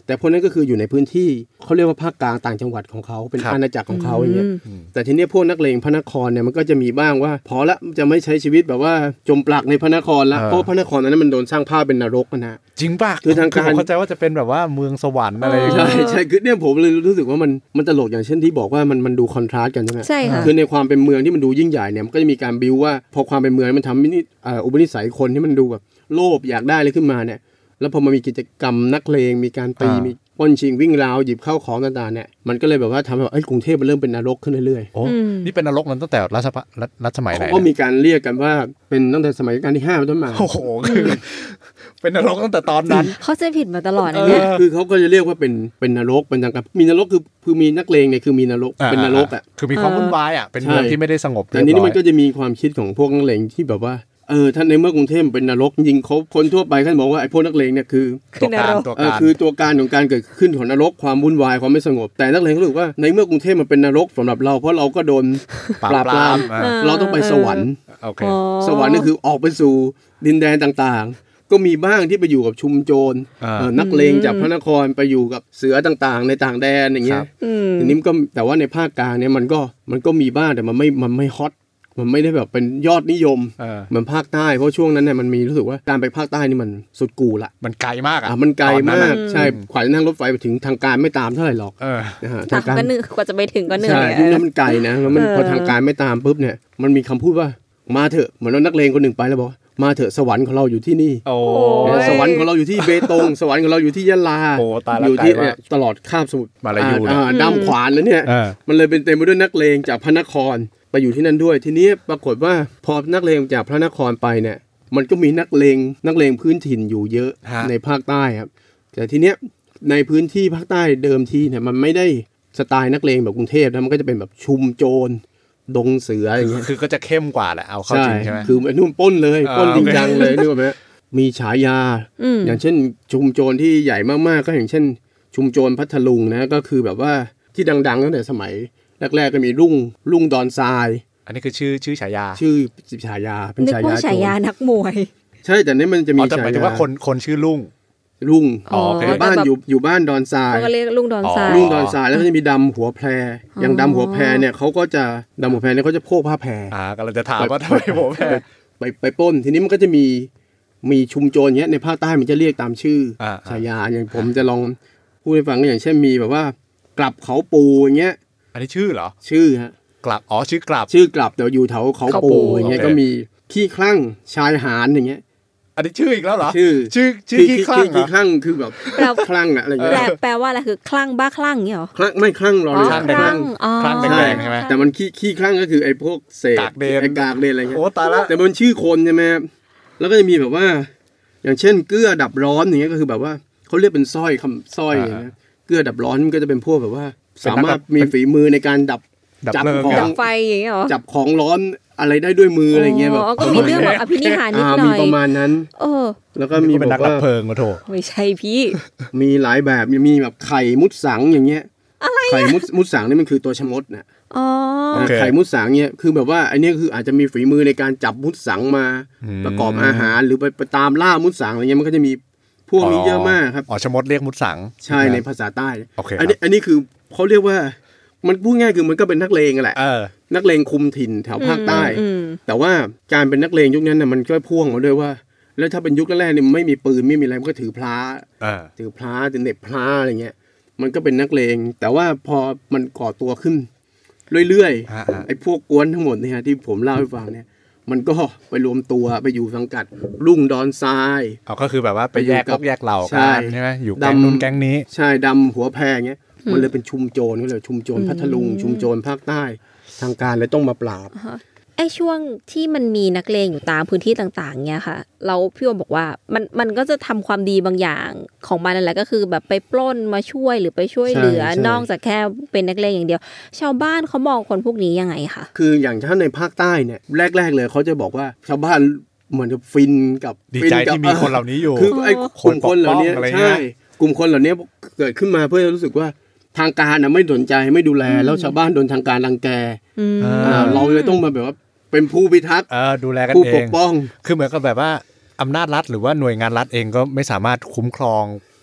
แต่พวกนั้นก็คืออยู่ในพื้นที่เขาเรียกว่าภาคกลางต่างจังหวัดของเขาเป็นอาณาจักรของเขาอย่างเงี้ยแต่ทีนี้พวกนักเลงพระนครเนี่ยมันก็จะมีบ้างว่าพอละจะไม่ใช้ชีวิตแบบว่าจมปลักในพระนครละเพราะพระนครนั้นมันโดนสร้างภาพเป็นนรกนะจริงป่ะคือทางการเข้าใจว่าจะเป็นแบบว่าเมืองสวรรค์อะไรใช่คือเนี่ยผมเลยรู้สึกว่ามันตลกอย่างเช่นที่บอกว่ามันดูคอนทราสต์กันใช่ไหมใช่ค่ะคือในความเป็นเมืองที่มันดูยิ่งใหญ่เนี่ยมันก็จะมีการบิวว่าพอความเป็นเมืองมันทำอุปนิสัยคนที่มันดูแบบโลภอยากได้อะไรขึ้นมาเนี่ยแล้วพอมามีกิจกรรมนักเลงมีการตีมีปล้นชิงวิ่งราวหยิบเข้าของต่างๆเนี่ยมันก็เลยแบบว่าทำให้แบบกรุงเทพมันเริ่มเป็นนรกขึ้นเรื่อยๆโอ้นี่เป็นนรกมันตั้งแต่รัชสมัยไหนก็มีการเรียกกันว่าเป็นตั้งแต่สมัยรัชกาลที่5เป็นต้นมาโอ้โหเป็นนรกตั้งแต่ตอนนั้นเขาจะผิดมาตลอดเนี่ยคือเขาก็จะเรียกว่าเป็นนรกเป็นทางการมีนรกคือมีนักเลงเนี่ยคือมีนรกเป็นนรกอ่ะคือมีความวุ่นวายอ่ะเป็นเมืองที่ไม่ได้สงบแต่นี้มันก็จะมีความคิดของพวกนักเลงที่แบบว่าท่านในเมื่อกรุงเทพเป็นนรกจริงเขาคนทั่วไปเขาบอกว่าไอ้พวกนักเลงเนี่ยคือตัวการคือตัวการของการเกิดขึ้นของนรกความวุ่นวายความไม่สงบแต่นักเลงเขารู้ว่าในเมื่อกรุงเทพมันเป็นนรกสำหรับเราเพราะเราก็โดนปราบปรามเราต้องไปสวรรค์สวรรค์นี่คือออกไปสู่ดินแดนต่างๆก็มีบ้างที่ไปอยู่กับชุมโจรนักเลงจากพระนครไปอยู่กับเสือต่างๆในต่างแดนอย่างเงี้ยทีนี้ก็แต่ว่าในภาคกลางเนี่ยมันก็มีบ้างแต่มันไม่ฮอตมันไม่ได้แบบเป็นยอดนิยมเหมือนภาคใต้เพราะช่วงนั้นเนี่ยมันมีรู้สึกว่าการไปภาคใต้นี่มันสุดกูละมันไกลมากมันไกลมากใช่ขวาจะนั่งรถไฟไปถึงทางการไม่ตามเท่าไหร่หรอกทางการกว่าจะไปถึงก็เหนื่อยใช่ยุคนั้นมันไกลนะแล้วมันพอทางการไม่ตามปุ๊บเนี่ยมันมีคำพูดว่ามาเถอะเหมือนเรานักเลงคนหนึ่งไปแล้วบอกมาเถอะสวรรค์ของเราอยู่ที่นี่สวรรค์ของเราอยู่ที่เบตงสวรรค์ของเราอยู่ที่ยะลาอยู่ที่ตลอดคาบสมุทรมาลายูด้ามขวานแล้วเนี่ยมันเลยเป็นเต็มไปด้วยนักเลงจากพระนครไปอยู่ที่นั่นด้วยทีนี้ปรากฏว่าพอนักเลงจากพระนครไปเนี่ยมันก็มีนักเลงพื้นถิ่นอยู่เยอะในภาคใต้ครับแต่ทีเนี้ยในพื้นที่ภาคใต้เดิมทีเนี่ยมันไม่ได้สไตล์นักเลงแบบกรุงเทพนะมันก็จะเป็นแบบชุมโจรดงเสืออย่างเงี้ยคือก็จะเข้มกว่าแหละเอาเข้าจริงใช่ไหมคือไอ้นู่นปล้นเลยปล้นจริงจังเลยนึกออกไหมมีฉายาอย่างเช่นชุมโจรที่ใหญ่มากๆก็อย่างเช่นชุมโจรพัทลุงนะก็คือแบบว่าที่ดังๆตั้งแต่สมัยแรกๆก็มีรุ่งดอนทรายอันนี้คือชื่อฉายาชื่อฉายาเป็นฉายาฉายานักมวยใช่แต่นี่มันจะมีฉายาแต่ว่าคนชื่อรุ่งบ้านอยู่บ้านดอนทรายก็เรียกลุงดอนทรายแล้วก็จะมีดำหัวแพรอย่างดำหัวแพรเนี่ยเขาก็จะดำหัวแพรเนี่ยเขาจะโพกผ้าแพรกำลังจะถามว่าทำไมหัวแพรไปปล้นทีนี้มันก็จะมีชุมโจรเงี้ยในภาคใต้มันจะเรียกตามชื่อฉายาอย่างผมจะลองพูดให้ฟังอย่างเช่นมีแบบว่ากลับเขาปูอย่างเงี้ยอันนี้ชื่อเหรอชื่อฮะกลับชื่อกลับแต่อยู่แถวเขาปูอย่างเงี้ยก็มีขี้คลั่งชายหาญอย่างเงี้ยอันนี้ชื่ออีกแล้วเหรอชื่อขี้คลั่งคือแบบคลั่งอะไรอย่างเงี้ยแปลว่าอะไรคือคลั่งบ้าคลั่งเงี้ยหรอคลั่งไม่คลั่งหรอกคลั่งแดงใช่ไหมแต่มันขี้คลั่งก็คือไอ้พวกเศษไอ้กากเดนอะไรเงี้ยโอ้ตายละแต่มันชื่อคนใช่ไหมแล้วก็จะมีแบบว่าอย่างเช่นเกลือดับร้อนอย่างเงี้ยก็คือแบบว่าเขาเรียกเป็นสร้อยอย่างเงี้ยเกลือดับร้อนมันก็จะเป็นพวกแบบว่าสามารถมีฝีมือในการจับของไฟอย่างเงี้ยหรอจับของร้อนอะไรได้ด้วยมืออะไรเงี้ยแบบก็มีเรื่องแบบอภินิหารนิดหน่อยมีประมาณนั้นแล้วก็มีเป็นนักดับเพลิงมาโถไม่ใช่พี่มีหลายแบบมีแบบไข่มุดสังอย่างเงี้ยไข่มุดสังนี่มันคือตัวชมดนะไข่มุดสังเนี่ยคือแบบว่าอันนี้คืออาจจะมีฝีมือในการจับมุดสังมาประกอบอาหารหรือไปตามล่ามุดสังอะไรเงี้ยมันก็จะมีพวกนี้เยอะมากครับชมดเรียกมุดสังใช่ในภาษาใต้อันนี้คือเขาเรียกว่ามันพูดง่ายคือมันก็เป็นนักเลงแหละนักเลงคุมถิ่นแถวภาคใต้แต่ว่าการเป็นนักเลงยุคนั้นน่ะมันก็พ่วงมาด้วยว่าแล้วถ้าเป็นยุคแรกๆเนี่ยไม่มีปืนไม่มีอะไรมันก็ถือพลาถือเหน็บพลาอะไรเงี้ยมันก็เป็นนักเลงแต่ว่าพอมันก่อตัวขึ้นเรื่อยๆไอ้พวกกวนทั้งหมดเนี่ยที่ผมเล่าให้ฟังเนี่ยมันก็ไปรวมตัวไปอยู่สังกัดรุ่งดอนทรายก็คือแบบว่าไปแยกเหล่ากันใช่ไหมอยู่แก๊งนู้นแก๊งนี้ใช่ดำหัวแพรเงี้ยมันเลยเป็นชุมโจรก็เลยชุมโจรพัทลุงชุมโจรภาคใต้ทางการเลยต้องมาปราบไอ้ช่วงที่มันมีนักเลงอยู่ตามพื้นที่ต่างๆเนี่ยค่ะเราพี่โอบอกว่ามันก็จะทำความดีบางอย่างของมันนั่นแหละก็คือแบบไปปล้นมาช่วยหรือไปช่วยเหลือนอกจากแค่เป็นนักเลงอย่างเดียวชาวบ้านเขามองคนพวกนี้ยังไงคะคืออย่างถ้าในภาคใต้เนี่ยแรกๆเลยเขาจะบอกว่าชาวบ้านเหมือนกับฟินกับดีใจที่มีคนเหล่านี้อยู่คือไอ้กลุ่มคนเหล่านี้ใช่กลุ่มคนเหล่านี้เกิดขึ้นมาเพื่อรู้สึกว่าทางการไม่สนใจไม่ดูแลแล้วชาวบ้านโดนทางการรังแกเราเลยต้องมาแบบว่าเป็นผู้พิทักษ์ดูแลกันเองผู้ปกป้องคือเหมือนกับแบบว่าอำนาจรัฐหรือว่าหน่วยงานรัฐเองก็ไม่สามารถคุ้มครอง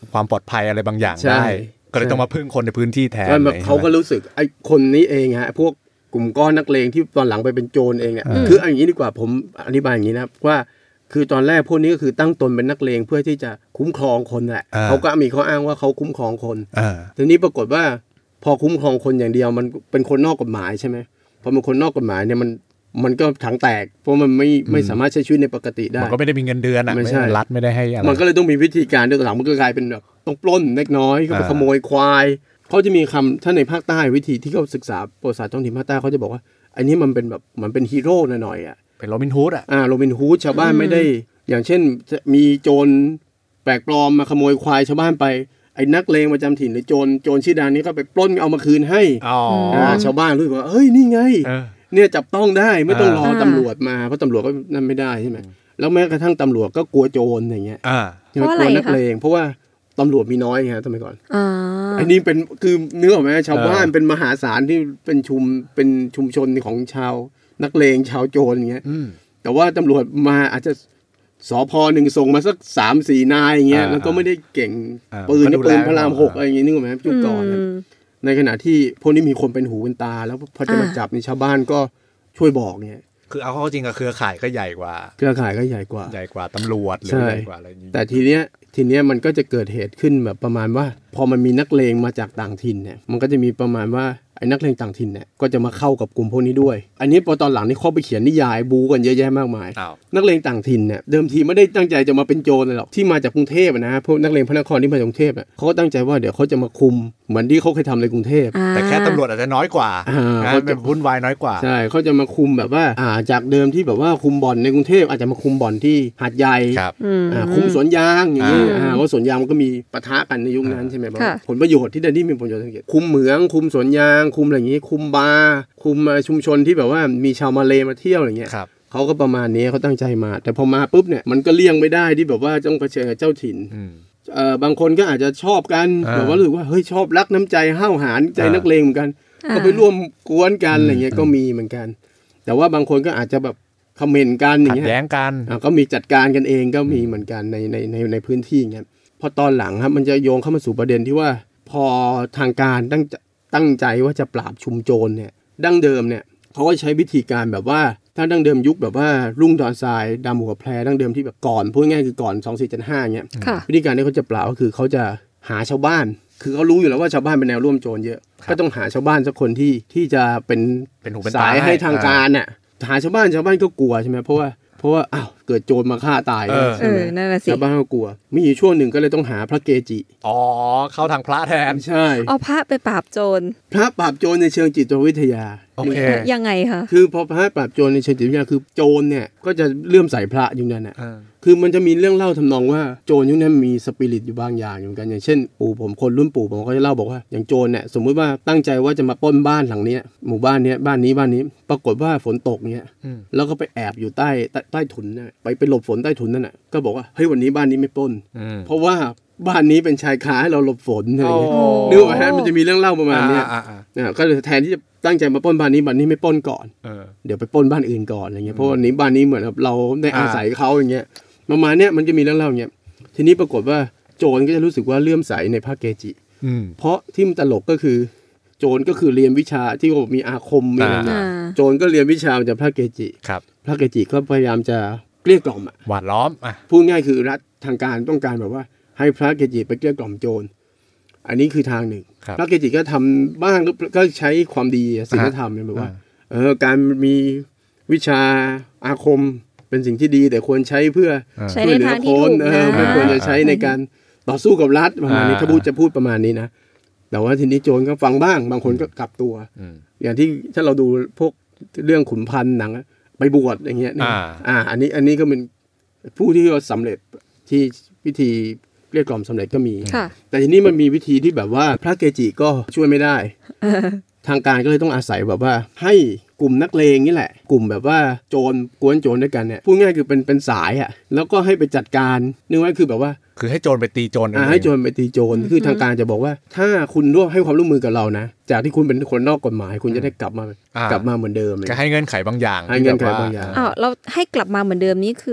ความปลอดภัยอะไรบางอย่างได้ก็เลยต้องมาพึ่งคนในพื้นที่แทนเขาก็รู้สึกไอ้คนนี้เองฮะพวกกลุ่มก้อนนักเลงที่ตอนหลังไปเป็นโจรเองเนี่ยคืออย่างนี้ดีกว่าผมอธิบายอย่างนี้นะว่าคือตอนแรกพวกนี้ก็คือตั้งตนเป็นนักเลงเพื่อที่จะคุ้มครองคนแหละเขาก็มีข้ออ้างว่าเขาคุ้มครองคนทีนี้ปรากฏว่าพอคุ้มครองคนอย่างเดียวมันเป็นคนนอกกฎหมายใช่ไหมพอเป็นคนนอกกฎหมายเนี่ยมันก็ถังแตกเพราะมันไม่สามารถใช้ชีวิตในปกติได้มันก็ไม่ได้มีเงินเดือนไม่ใช่รัฐไม่ได้ให้อะไรมันก็เลยต้องมีวิธีการด้วยหลังมันก็กลายเป็นแบบต้องปล้นเล็กน้อยก็ไปขโมยควายเขาจะมีคำถ้าในภาคใต้วิธีที่เขาศึกษาประวัติศาสตร์ท้องถิ่นภาคใต้เขาจะบอกว่าอันนี้มันเป็นแบบมันเป็นฮีโร่หน่อยๆเป็นโรบินฮูดโรบินฮูดชาวบ้านไม่ได้อย่างเช่นมีโจรแปลกปลอมมาขโมยควายชาวบ้านไปไอ้นักเลงประจำถิ่นหรือโจรชื่อดังนี้ก็ไปปล้นเอามาคืนให้ชาวบ้านรู้ว่าเฮ้ยนี่ไงเนี่ยจับต้องได้ไม่ต้องรอตำรวจมาเพราะตำรวจก็นั่นไม่ได้ใช่ไหมแล้วแม้กระทั่งตำรวจก็กลัวโจรอย่างเงี้ยเพราะอะไรกลัวนักเลงเพราะว่าตำรวจมีน้อยไงสมัยก่อนอันนี้เป็นคือเนื้อออกไหมชาวบ้านเป็นมหาศาลที่เป็นชุมชนของชาวนักเลงชาวโจรอย่างเงี้ยแต่ว่าตำรวจมาอาจจะสพ.1ส่งมาสัก 3-4 นายอย่างเงี้ยแล้วก็ไม่ได้เก่งปืนพระราม6อะไรอย่างงี้นึกออกมั้ยยุคก่อนในขณะที่พวกนี้มีคนเป็นหูเป็นตาแล้วพอจะมาจับนี่ชาวบ้านก็ช่วยบอกเงี้ยคือเอาเข้าจริงกับเครือข่ายก็ใหญ่กว่าใหญ่กว่าตำรวจหรือใหญ่กว่าอะไรอย่างงี้แต่ทีเนี้ยมันก็จะเกิดเหตุขึ้นแบบประมาณว่าพอมันมีนักเลงมาจากต่างถิ่นเนี่ยมันก็จะมีประมาณว่าไอ้นักเลงต่างถิ่นเนี่ยก็จะมาเข้ากับกลุ่มพวกนี้ด้วยอันนี้พอตอนหลังนี่เขาไปเขียนนิยายบูกันเยอะแยะมากมายนักเลงต่างถิ่นเนี่ยเดิมทีไม่ได้ตั้งใจจะมาเป็นโจรเลยหรอกที่มาจากกรุงเทพนะพวกนักเลงพระนครที่มาจากกรุงเทพเขาก็ตั้งใจว่าเดี๋ยวเขาจะมาคุมเหมือนที่เขาเคยทำในกรุงเทพแต่แค่ตำรวจอาจจะน้อยกว่าเขาจะวุ่นวายน้อยกว่าใช่เขาจะมาคุมแบบว่าจากเดิมที่แบบว่าคุมบ่อนในกรุงเทพอาจจะมาคุมบ่อนที่หาดใหญ่คุมสวนยางอย่างนี้เพราะสวนยางมันก็มีปะทะกันในยุคนั้นใช่ไหมผลประโยชน์ที่ได้ที่มีผลประโยชน์คุมเหมืองคุมสวนยางคุมอะไรอย่างนี้คุมบาร์คุมชุมชนที่แบบว่ามีชาวมาเลมาเที่ยวอะไรเงี้ยเขาก็ประมาณนี้เขาตั้งใจมาแต่พอมาปุ๊บเนี่ยมันก็เลี่ยงไม่ได้ที่แบบว่าต้องเผชิญกับเจ้าถิ่นบางคนก็อาจจะชอบกันแบบว่ารู้สึกว่าเฮ้ยชอบรักน้ำใจห้าวหาญใจนักเลงเหมือนกันก็ไปร่วมกวนกันอะไรเงี้ยก็มีเหมือนกันแต่ว่าบางคนก็อาจจะแบบคอมเมนต์กันอย่างเงี้ยขัดแย้งกันก็มีจัดการกันเองก็มีเหมือนกันในพื้นที่อย่างเงี้ยพอตอนหลังครับมันจะโยงเข้ามาสู่ประเด็นที่ว่าพอทางการตั้งใจว่าจะปราบชุมโจรเนี่ยดั้งเดิมเนี่ยเขาก็ใช้วิธีการแบบว่าถ้าดั้งเดิมยุคแบบว่ารุ่งดอนทรายดำหัวแพรดั้งเดิมที่แบบก่อนพูดง่ายคือก่อน2475เนี่ยวิธีการที่เขาจะปราบก็คือเขาจะหาชาวบ้านคือเขารู้อยู่แล้วว่าชาวบ้านเป็นแนวร่วมโจรเยอะก็ต้องหาชาวบ้านสักคนที่จะเป็นสายให้ทางการน่ะหาชาวบ้านก็กลัวใช่ไหมเพราะว่าอ้าวเกิดโจรมาฆ่าตายใช่ไหมชาวบ้านก็กลัวมีอยู่ช่วงหนึ่งก็เลยต้องหาพระเกจิเข้าทางพระแทนใช่เอาพระไปปราบโจรพระปราบโจรในเชิงจิตวิทยายังไงคะคือพอพระปราบโจรในเชิงจิตวิทยาคือโจรเนี่ยก็จะเลื่อมใสพระอยู่นั่นน่ะคือมันจะมีเรื่องเล่าทำนองว่าโจรยุคนั้นมีสปิริตอยู่บางอย่างเหมือนกันอย่างเช่นปู่ผมคนรุ่นปู่ผมก็จะเล่าบอกว่าอย่างโจรเนี่ยสมมุติว่าตั้งใจว่าจะมาปล้นบ้านหลังนี้หมู่บ้านนี้บ้านนี้ปรากฏว่าฝนตกเนี่ยแล้วก็ไปแอบอยู่ใต้ถุนน่ะไปหลบฝนใต้ถุนนั่นน่ะก็บอกว่าเฮ้ยวันนี้บ้านนี้ไม่ปล้นเพราะว่าบ้านนี้เป็นชายคาให้เราหลบฝนอะไรอย่างเงี้ยนึกว่าฮะมันจะมีเรื่องเล่าประมาณนี้ก็เลยแทนที่จะตั้งใจมาปล้นบ้านนี้ไม่ปล้นก่อนเดี๋ยวไปปล้นบ้านอื่นก่อนอะไรเงี้ยเพราะวันนี้บ้านนี้เหมือนเราได้อาศัยเขาอย่างเงี้ยประมาณเนี้ยมันจะมีเรื่องเล่าอย่างเงี้ยทีนี้ปรากฏว่าโจรก็จะรู้สึกว่าเลื่อมใสในพระเกจิเพราะที่มันตลกก็คือโจรก็คือเรียนวิชาที่ว่ามีอาคมมีอะไรนะโจรก็เรียนวิชาจากพระเกจิพระเกจิก็พยายามจะเกลี้ยกล่อมหวานล้อมพูดง่ายคือรัฐทางการต้องการแบบว่าให้พระเกจิไปเกลี้ยกล่อมโจรอันนี้คือทางหนึ่งพระเกจิก็ทำบ้างก็ใช้ความดีศีลธรรมเนี่ยแบบว่าการมีวิชาอาคมเป็นสิ่งที่ดีแต่ควรใช้เพื่อช่วยเหลือคนไม่ควรจะใช้ในการต่อสู้กับรัฐประมาณนี้ถ้าจะพูดประมาณนี้นะแต่ว่าทีนี้โจรก็ฟังบ้างบางคนก็กลับตัวอย่างที่ถ้าเราดูพวกเรื่องขุนพันธ์หนังไปบวชอย่างเงี้ยอันนี้ก็เป็นผู้ที่สำเร็จที่วิธีเรียกกล่อมสำเร็จก็มีแต่ทีนี้มันมีวิธีที่แบบว่าพระเกจิก็ช่วยไม่ได้ทางการก็เลยต้องอาศัยแบบว่าให้กลุ่มนักเลงนี่แหละกลุ่มแบบว่าโจรกวนโจรด้วยกันเนี่ยพูดง่ายคือเป็นสายอ่ะแล้วก็ให้ไปจัดการนึกว่าคือแบบว่าคือให้โจรไปตีโจรให้โจรไปตีโจรคือทางการจะบอกว่าถ้าคุณร่วมให้ความร่วมมือกับเรานะจากที่คุณเป็นคนนอกกฎหมายคุณจะได้กลับมาเหมือนเดิมก็ให้เงื่อนไขบางอย่างให้เงื่อนไขบางอย่างเราให้กลับมาเหมือนเดิมนี่คือ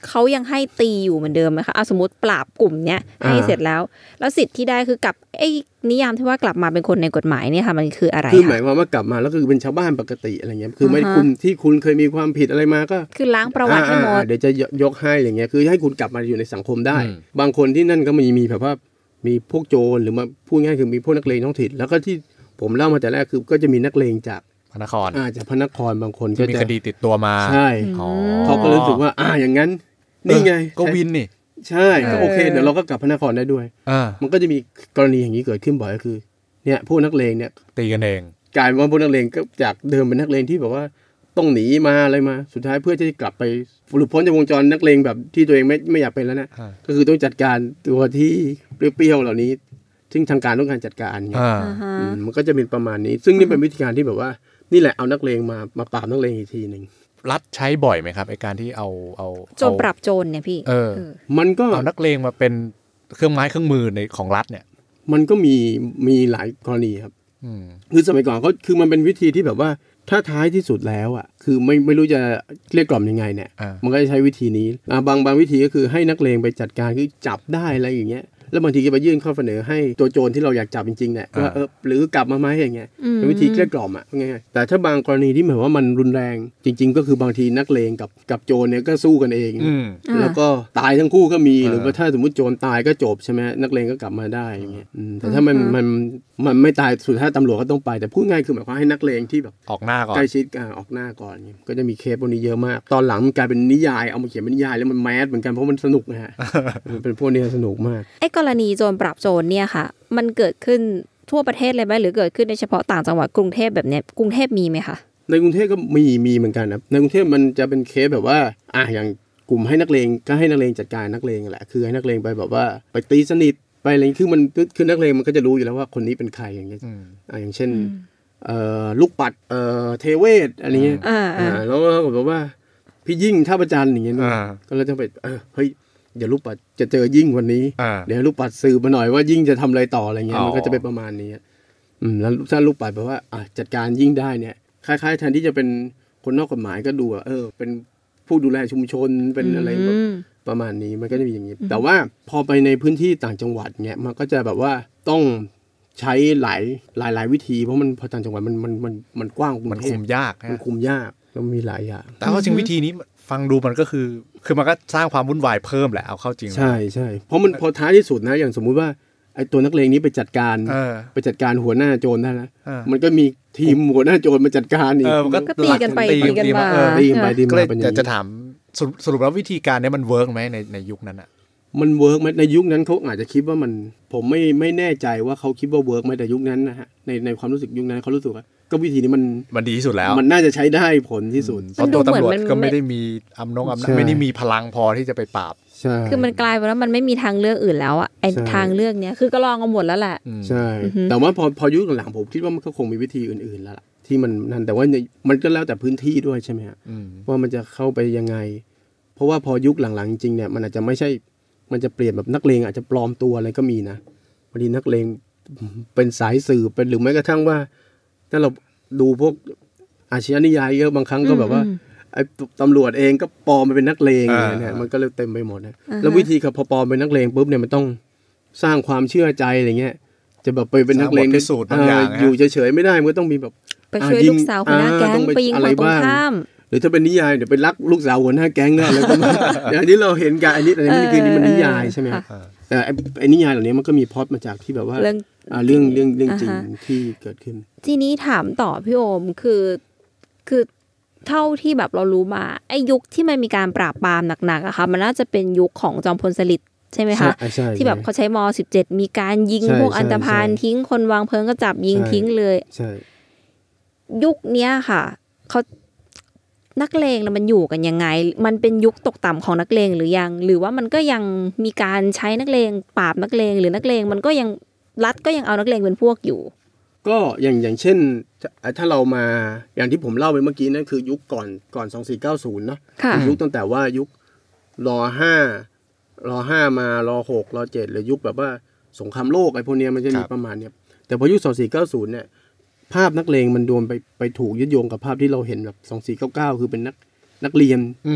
เขายังให้ตีอยู่เหมือนเดิมไหมคะสมมติปราบกลุ่มเนี้ยให้เสร็จแล้วสิทธิ์ที่ได้คือกลับไอ้นิยามที่ว่ากลับมาเป็นคนในกฎหมายเนี่ยค่ะมันคืออะไรคือหมายความว่ากลับมาแล้วคือเป็นชาวบ้านปกติอะไรเงี้ยคือไม่คุณที่คุณเคยมีความผิดอะไรมาก็คือล้างประวัติให้หมดเดี๋ยวจะยกให้อะไรเงี้ยคือให้คุณกลับมาอยู่ในสังคมได้บางคนที่นั่นก็มีแบบว่ามีพวกโจรหรือมาพูดง่ายคือมีพวกนักเลงท้องถิ่นแล้วก็ที่ผมเล่ามาแต่แรกคือก็จะมีนักเลงจากพระนครจากพระนครบางคนก็จะมีคดีติดตัวมาใช่เขาก็รู้สึกว่าอย่างนั้นนี่ไงก็วินนี่ใช่ก็โอเคเดี๋ยวเราก็กลับพระนครได้ด้วยมันก็จะมีกรณีอย่างนี้เกิดขึ้นบ่อยก็คือเนี่ยพวกนักเลงเนี่ยตีกันเองกลายเป็นว่าพวกนักเลงก็จากเดิมเป็นนักเลงที่แบบว่าต้องหนีมาอะไรมาสุดท้ายเพื่อที่จะกลับไปหลุดพ้นจากวงจรนักเลงแบบที่ตัวเองไม่อยากเป็นแล้วนะก็คือต้องจัดการตัวที่เปรี้ยวๆเหล่านี้ซึ่งทางการต้องการจัดการไงมันก็จะเป็นประมาณนี้ซึ่งนี่เป็นวิธีการที่แบบว่านี่แหละเอานักเลงมาปราบนักเลงอีกทีนึงรัฐใช้บ่อยไหมครับไอ้การที่เอาโจรปราบโจรเนี่ยพี่มันก็เอานักเลงมาเป็นเครื่องไม้เครื่องมือในของรัฐเนี่ยมันก็มีหลายกรณีครับคือสมัยก่อนเขาคือมันเป็นวิธีที่แบบว่าถ้าท้ายที่สุดแล้วอ่ะคือไม่รู้จะเรียกกล่อมยังไงเนี่ยมันก็จะใช้วิธีนี้บางวิธีก็คือให้นักเลงไปจัดการคือจับได้อะไรอย่างเงี้ยแล้วบางทีก็ไปยื่นข้อเสนอให้ตัวโจรที่เราอยากจับจริงๆเนี่ยว่าหรือกลับมาไหมอย่างเงี้ยเป็นวิธีเกลี้ยกล่อมอ่ะง่ายๆแต่ถ้าบางกรณีที่หมายว่ามันรุนแรงจริงๆก็คือบางทีนักเลงกับโจรเนี่ยก็สู้กันเองแล้วก็ตายทั้งคู่ก็มีหรือว่าถ้าสมมติโจรตายก็จบใช่ไหมนักเลงก็กลับมาได้อย่างเงี้ยแต่ถ้ามันไม่ตายสุดท้ายตำรวจก็ต้องไปแต่พูดง่ายคือหมายความให้นักเลงที่แบบออกหน้าก่อนใกล้ชิดออกหน้าก่อนก็จะมีเคสพวกนี้เยอะมากตอนหลังมันกลายเป็นนิยายเอามาเขียนเป็นนิยายแล้วมันแมสเหมือนกันเพราะมันสนุกนะฮะมันเป็นพวกนี้สนุกมากไอ้กรณีโจรปราบโจรเนี่ยค่ะมันเกิดขึ้นทั่วประเทศเลยไหมหรือเกิดขึ้นในเฉพาะต่างจังหวัดกรุงเทพแบบเนี้ยกรุงเทพมีไหมคะในกรุงเทพก็มีเหมือนกันนะในกรุงเทพมันจะเป็นเคสแบบว่าอย่างกลุ่มให้นักเลงก็ให้นักเลงจัดการนักเลงแหละคือให้นักเลงไปแบบว่าไปตีสนิทไปอะไรคือนักเลงมันก็จะรู้อยู่แล้วว่าคนนี้เป็นใครอย่างเงี้ยอย่างเช่นลูกปัดเทเวศอะไรเงี้ยแล้วก็แบบว่าพี่ยิ่งท่าประจันอย่างเงี้ยก็เราจะไปเฮ้ยเดี๋ยวลูกปัดจะเจอยิ่งวันนี้เดี๋ยวลูกปัดสืบมาหน่อยว่ายิ่งจะทำอะไรต่ออะไรเงี้ยมันก็จะเป็นประมาณนี้แล้วถ้าลูกปัดแบบว่าจัดการยิ่งได้เนี่ยคล้ายๆแทนที่จะเป็นคนนอกกฎหมายก็ดูเป็นผู้ดูแลชุมชนเป็นอะไรแบบประมาณนี้มันก็จะมีอย่างนี้แต่ว่าพอไปในพื้นที่ต่างจังหวัดเนี่ยมันก็จะแบบว่าต้องใช้หลายวิธีเพราะมันพอต่างจังหวัดมันกว้างมันคุมยากมันคุมยากแล้วมีหลายอย่างแต่ว่าจริงวิธีนี้ฟังดูมันก็คือมันก็สร้างความวุ่นวายเพิ่มแหละเอาเข้าจริงใช่เพราะมันพอท้ายที่สุดนะอย่างสมมุติว่าไอ้ตัวนักเลงนี้ไปจัดการหัวหน้าโจรได้แล้วมันก็มีทีมหัวหน้าโจรมาจัดการอีกก็ตีกันไปตีกันมาก็จะถามสรุปแล้ววิธีการนี้มันเวิร์กไหมในยุคนั้นอ่ะมันเวิร์กไหมในยุคนั้นเขาอาจจะคิดว่ามันผมไม่แน่ใจว่าเขาคิดว่าเวิร์กไหมแต่ยุคนั้นนะฮะในความรู้สึกยุคนั้นเขารู้สึกว่าก็วิธีนี้มันดีที่สุดแล้วมันน่าจะใช้ได้ผลที่สุดเพราะตัวตำรวจก็ไม่ได้มีอำนาจไม่ได้มีพลังพอที่จะไปปราบคือมันกลายเป็นว่ามันไม่มีทางเลือกอื่นแล้วอ่ะไอ้ทางเลือกเนี้ยคือก็ลองกันหมดแล้วแหละใช่แต่ว่าพอยุคหลังผมคิดว่ามันก็คงมีวิธีอื่นๆแล้วล่ะที่มันนั่นแต่ว่ามันก็แล้วแต่พื้นที่ด้วยใช่ไหมฮะว่ามันจะเข้าไปยังไงเพราะว่าพอยุคหลังๆจริงเนี่ยมันอาจจะไม่ใช่มันจะเปลี่ยนแบบนักเลงอาจจะปลอมตัวอะไรก็มีนะบางทีนักเลงเป็นสายสืบเป็นหรือแม้กระทั่งว่าถ้าเราดูพวกอาชญานิยายเยอะบางครั้งก็แบบว่าไอ้ตำรวจเองก็ปลอมไปเป็นนักเลงเนี่ยมันก็เลยเต็มไปหมดนะแล้ววิธีพอปลอมเป็นนักเลงปุ๊บเนี่ยมันต้องสร้างความเชื่อใจอะไรเงี้ยจะแบบไปเป็นนักเลงอยู่เฉยๆไม่ได้มันก็ต้องมีแบบไปช่วยลูกสาวหัวหน้าแก๊งไปยิงฝั่งตรงข้ามหรือถ้าเป็นนิยายเดี๋ยวไปรักลูกสาวหัวหน้าแก๊งได้แล้วก็อย่างนี้เราเห็นกันอันนี้คือนี่มันนิยายใช่ไหมแต่ไอ้นิยายเหล่านี้มันก็มีพล็อตมาจากที่แบบว่าเรื่องจริงที่เกิดขึ้นทีนี้ถามต่อพี่โอมคือเท่าที่แบบเรารู้มาไอ้ยุคที่มันมีการปราบปรามหนักๆอะค่ะมันน่าจะเป็นยุคของจอมพลสฤษดิ์ใช่ไหมคะที่แบบเขาใช้ม.17 มีการยิงพวกอันธพาลทิ้งคนวางเพลิงก็จับยิงทิ้งเลยยุคเนี้ยค่ะเขานักเลงมันอยู่กันยังไงมันเป็นยุคตกต่ำของนักเลงหรือยังหรือว่ามันก็ยังมีการใช้นักเลงปราบนักเลงหรือนักเลงมันก็ยังรัฐก็ยังเอานักเลงเป็นพวกอยู่ก็อย่างเช่นถ้าเรามาอย่างที่ผมเล่าไปเมื่อกี้นั่นคือยุคก่อน2490เนาะยุคตั้งแต่ว่ายุคร.5 มาร.6 ร.7 หรือยุคแบบว่าสงครามโลกไอ้พวกนี้มันจะมีประมาณเนี้ยแต่พอยุค2490เนี่ยภาพนักเลงมันโดนไปถูกยึดโยงกับภาพที่เราเห็นแบบ2499คือเป็นนักเรียน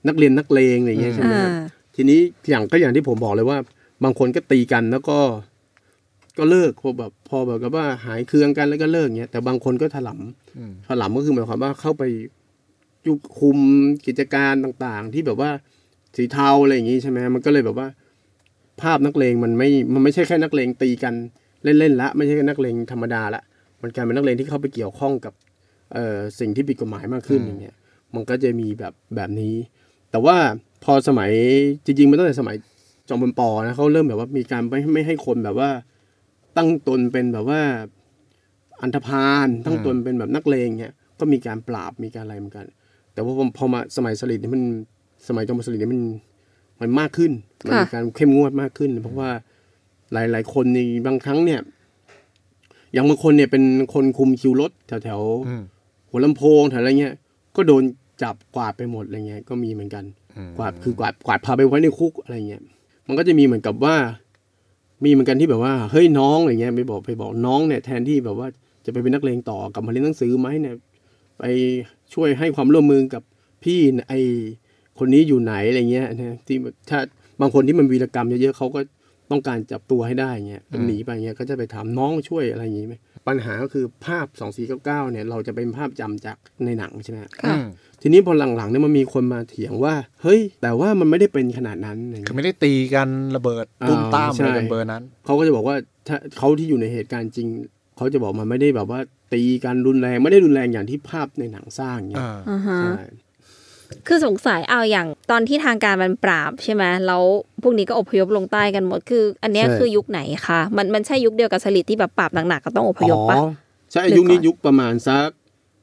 นักเรียนนักเลงอะไรอย่างเงี้ยใช่ไหมทีนี้อย่างที่ผมบอกเลยว่าบางคนก็ตีกันแล้วก็เลิกพอแบบกับว่าหายเคืองกันแล้วก็เลิกเงี้ยแต่บางคนก็ถลำก็คือหมายความว่าเข้าไปยุคุมกิจการต่างๆที่แบบว่าสีเทาอะไรอย่างงี้ใช่ไหมมันก็เลยแบบว่าภาพนักเลงมันไม่ใช่แค่นักเลงตีกันเล่นๆละไม่ใช่แค่นักเลงธรรมดาละมันกลายเป็นนักเลงที่เข้าไปเกี่ยวข้องกับสิ่งที่ผิดกฎหมายมากขึ้นอย่างเงี้ยมันก็จะมีแบบนี้แต่ว่าพอสมัยจริงๆมันตั้งแต่สมัยจอมพลป.นะเขาเริ่มแบบว่ามีการไม่ให้คนแบบว่าตั้งตนเป็นแบบว่าอันธพาลตั้งตนเป็นแบบนักเลงเนี่ยก็มีการปราบมีการอะไรเหมือนกันแต่ว่าพอมาสมัยสฤษดิ์นี่มันสมัยจอมพลสฤษดิ์นี่มันมากขึ้นมันมีการเข้มงวดมากขึ้นเพราะว่าหลายๆคนในบางครั้งเนี่ยอย่างบางคนเนี่ยเป็นคนคุมคิวรถแถวหัวลำโพงแถวอะไรเงี้ยก็โดนจับกวาดไปหมดอะไรเงี้ยก็มีเหมือนกันกวาดพาไปไว้ในคุกอะไรเงี้ยมันก็จะมีเหมือนกับว่ามีเหมือนกันที่แบบว่าเฮ้ยน้องอะไรเงี้ยไปบอกน้องเนี่ยแทนที่แบบว่าจะไปเป็นนักเลงต่อกลับมาเรียนหนังสือไหมเนี่ยไปช่วยให้ความร่วมมือกับพี่ไอคนนี้อยู่ไหนอะไรเงี้ยนะที่ถ้าบางคนที่มันวีรกรรมเยอะๆเขาก็ต้องการจับตัวให้ได้เงี้ยหนีไปเงี้ยก็จะไปถามน้องช่วยอะไรอย่างงี้ไหมปัญหาก็คือภาพ2499เนี่ยเราจะเป็นภาพจำจากในหนังใช่ไหมทีนี้พอหลังๆเนี่ยมันมีคนมาเถียงว่าเฮ้ยแต่ว่ามันไม่ได้เป็นขนาดนั้นคือไม่ได้ตีกันระเบิดตุ้มตามอะไรกันเบอร์นั้นเขาก็จะบอกว่าถ้าเขาที่อยู่ในเหตุการณ์จริงเขาจะบอกมันไม่ได้แบบว่าตีกันรุนแรงไม่ได้รุนแรงอย่างที่ภาพในหนังสร้างเงี้ยใช่คือสงสัยเอาอย่างตอนที่ทางการมันปราบใช่ไหมแล้วพวกนี้ก็อพยพลงใต้กันหมดคืออันนี้คือยุคไหนคะมันใช่ยุคเดียวกับสฤษดิ์ที่แบบปราบหนักๆก็ต้องอพยพปะใช่ยุคนี้ยุคประมาณสัก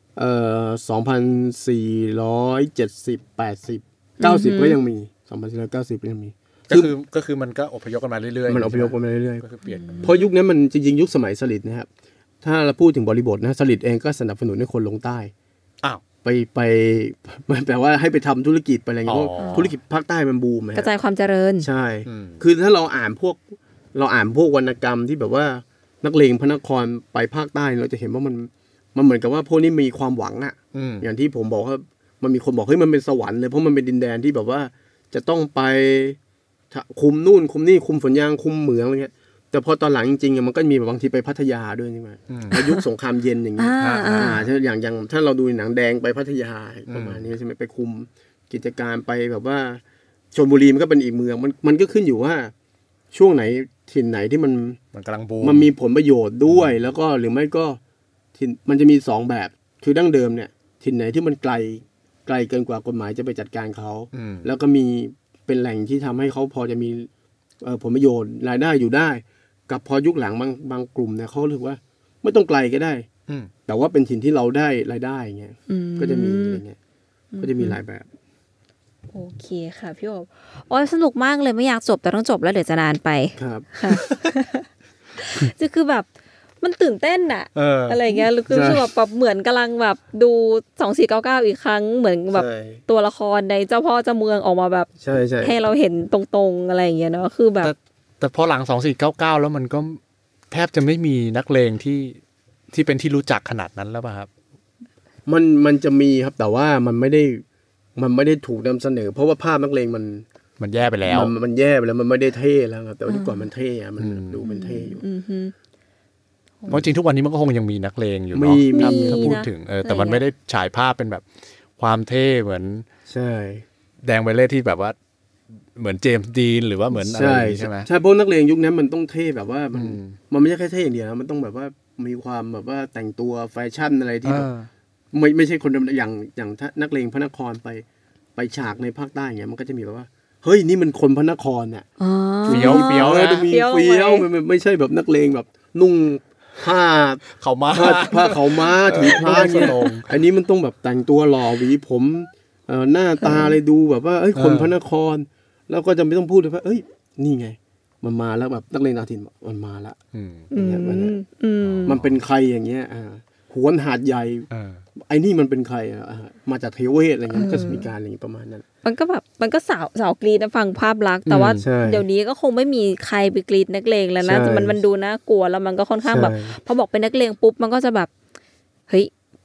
2470 80 90ก็ยังมี2490ก็ยังมีก็คือมันก็อพยพกันมาเรื่อยๆมันอพยพกันมาเรื่อยๆก็คือเปลี่ยนเพราะยุคนั้นมันจริงๆยุคสมัยสฤษดิ์นะครับถ้าเราพูดถึงบริบทนะสฤษดิ์เองก็สนับสนุนให้คนลงใต้ไปแปลว่าให้ไปทำธุรกิจไปอะไรเงี้ยธุรกิจภาคใต้มันบูมกระจายความเจริญใช่คือถ้าเราอ่านพวกวรรณกรรมที่แบบว่านักเลงพระนครไปภาคใต้เราจะเห็นว่ามันเหมือนกับว่าพวกนี้มีความหวังอ่ะอย่างที่ผมบอกว่ามันมีคนบอกเฮ้ยมันเป็นสวรรค์เลยเพราะมันเป็นดินแดนที่แบบว่าจะต้องไปคุมนู่นคุมนี่คุมฝนยางคุมเหมืองอะไรเงี้ยแต่พอตอนหลังจริงๆมันก็มีบางทีไปพัทยาด้วยใช่ไหมยุคสงครามเย็นอย่างเงี้ยอย่างถ้าเราดูหนังแดงไปพัทยาประมาณนี้ใช่ไหมไปคุมกิจการไปแบบว่าชลบุรีมันก็เป็นอีกเมืองมันก็ขึ้นอยู่ว่าช่วงไหนถิ่นไหนที่มันกำลังบูมมันมีผลประโยชน์ด้วยแล้วก็หรือไม่ก็ถิ่นมันจะมี2แบบคือดั้งเดิมเนี่ยถิ่นไหนที่มันไกลเกินกว่ากฎหมายจะไปจัดการเขาแล้วก็มีเป็นแหล่งที่ทำให้เขาพอจะมีผลประโยชน์รายได้อยู่ได้กับพอยุคหลังบางกลุ่มเนี่ยเขาถือว่าไม่ต้องไกลก็ได้แต่ว่าเป็นถิ่นที่เราได้รายได้เงี้ยก็จะมีอะไรเงี้ยก็จะมีหลายแบบโอเคค่ะพี่โอ๊บสนุกมากเลยไม่อยากจบแต่ต้องจบแล้วเดี๋ยวจะนานไปครับค่ะจะคือแบบมันตื่นเต้นอะอะไรเงี้ยคือแบบเหมือนกำลังแบบดู2499อีกครั้งเหมือนแบบตัวละครในเจ้าพ่อเจ้าเมืองออกมาแบบให้เราเห็นตรงๆอะไรเงี้ยเนาะคือแบบแต่พอหลัง2499แล้วมันก็แทบจะไม่มีนักเลงที่เป็นที่รู้จักขนาดนั้นแล้วป่ะครับมันจะมีครับแต่ว่ามันไม่ได้ถูกนำเสนอเพราะว่าภาพนักเลงมันแย่ไปแล้วมันแย่ไปแล้วมันไม่ได้เท่แล้วครับแต่ว่าที่ก่อนมันเท่อะมันดูเป็นเท่อยู่เพราะจริงทุกวันนี้มันก็คงยังมีนักเลงอยู่เนาะถ้าพูดถึงแต่มันไม่ได้ฉายภาพเป็นแบบความเท่เหมือนใช่แดงไวเล่ที่แบบว่าเหมือนเจมส์ดีนหรือว่าเหมือนอะไรใช่ไหมใช่เพราะนักเลงยุคนั้นมันต้องเท่แบบว่ามันไม่ใช่แค่เท่อย่างเดียวนะมันต้องแบบว่ามีความแบบว่าแต่งตัวแฟชั่นอะไรที่ไม่ใช่คนอย่างถ้านักเลงพระนครไปฉากในภาคใต้อย่างเงี้ยมันก็จะมีแบบว่าเฮ้ยนี่มันคนพระนครเนี่ยเฟี้ยวนะจะมีเฟี้ยวมันไม่ใช่แบบนักเลงแบบนุ่งผ้าเขาม้าถือผ้าเงี้ยอันนี้มันต้องแบบแต่งตัวหล่อหวีผมหน้าตาอะไรดูแบบว่าเอ้ยคนพระนครแล้วก็จะไม่ต้องพูดเลยว่าเอ้ยนี่ไงมันมาแล้วแบบนักเลงต่างถิ่นมันมาละมันเป็นใครอย่างเงี้ยหวนหาดใหญ่ไอ้นี่มันเป็นใครมาจากเทวเวศอะไรเงี้ยก็มีการอะไรประมาณนั้นมันก็แบบมันก็สาวกรีดนะฟังภาพลักษณ์แต่ว่าเดี๋ยวนี้ก็คงไม่มีใครไปกรีดนักเลงแล้วนะแต่มันดูน่ากลัวแล้วมันก็ค่อนข้างแบบพอบอกเป็นนักเลงปุ๊บมันก็จะแบบเฮ้ยไป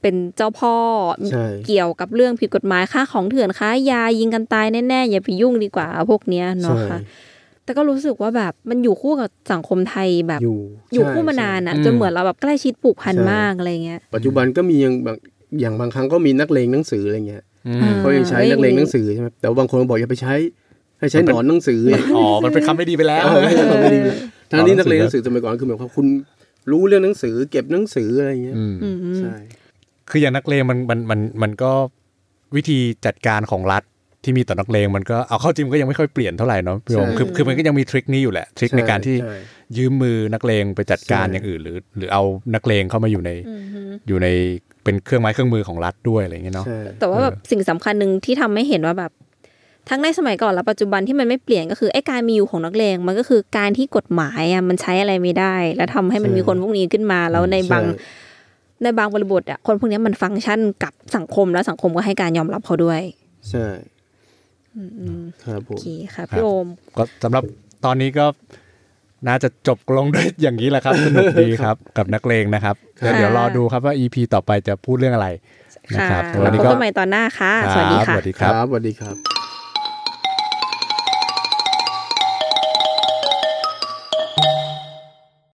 เป็นเจ้าพ่อเกี่ยวกับเรื่องผิดกฎหมายค่าของเถื่อนค้ายายิงกันตายแน่ๆอย่าไปยุ่งดีกว่าพวกเนี้ยเนาะค่ะแต่ก็รู้สึกว่าแบบมันอยู่คู่กับสังคมไทยแบบอยู่คู่มานานอ่ะจนเหมือนเราแบบใกล้ชิดผูกพันมากอะไรเงี้ยปัจจุบันก็มีอย่างบางครั้งก็มีนักเลงหนังสืออะไรเงี้ยเขายังใช้นักเลงหนังสือใช่ไหมแต่บางคนบอกอย่าไปใช้ให้ใช้หนอนหนังสือมันเป็นคำไม่ดีไปแล้วทั้งนี้นักเลงหนังสือสมัยก่อนคือหมายความคุณรู้เรื่องหนังสือเก็บหนังสืออะไรเงี้ยใช่คืออย่างนักเลงมันก็วิธีจัดการของรัฐที่มีต่อนักเลงมันก็เอาเข้าจริงก็ยังไม่ค่อยเปลี่ยนเท่าไหร่เนาะพี่โอมคือมันก็ยังมีทริคนี้อยู่แหละทริคในการที่ยืมมือนักเลงไปจัดการอย่างอื่นหรือเอานักเลงเข้ามาอยู่ในเป็นเครื่องไม้เครื่องมือของรัฐด้วยอะไรอย่างเงี้ยเนาะแต่ว่าแบบสิ่งสำคัญนึงที่ทำให้เห็นว่าแบบทั้งในสมัยก่อนและปัจจุบันที่มันไม่เปลี่ยนก็คือไอ้การมีอยู่ของนักเลงมันก็คือการที่กฎหมายอ่ะมันใช้อะไรไม่ได้แล้วทำให้มันมีคนพวกนี้ขึ้นมาแล้วในบางบริบทอ่ะคนพวกนี้มันฟังก์ชันกับสังคมแล้วสังคมก็ให้การยอมรับเขาด้วยใช่ครับผมโอเคค่ะพี่โอมก็สำหรับตอนนี้ก็น่าจะจบลงด้วยอย่างนี้แหละครับสนุกดีครับกับนักเลงนะครับเดี๋ยวรอดูครับว่า EP ต่อไปจะพูดเรื่องอะไรนะครับวันนี้ก็พบกันใหม่ตอนหน้าค่ะสวัสดีค่ะสวัสดีครับ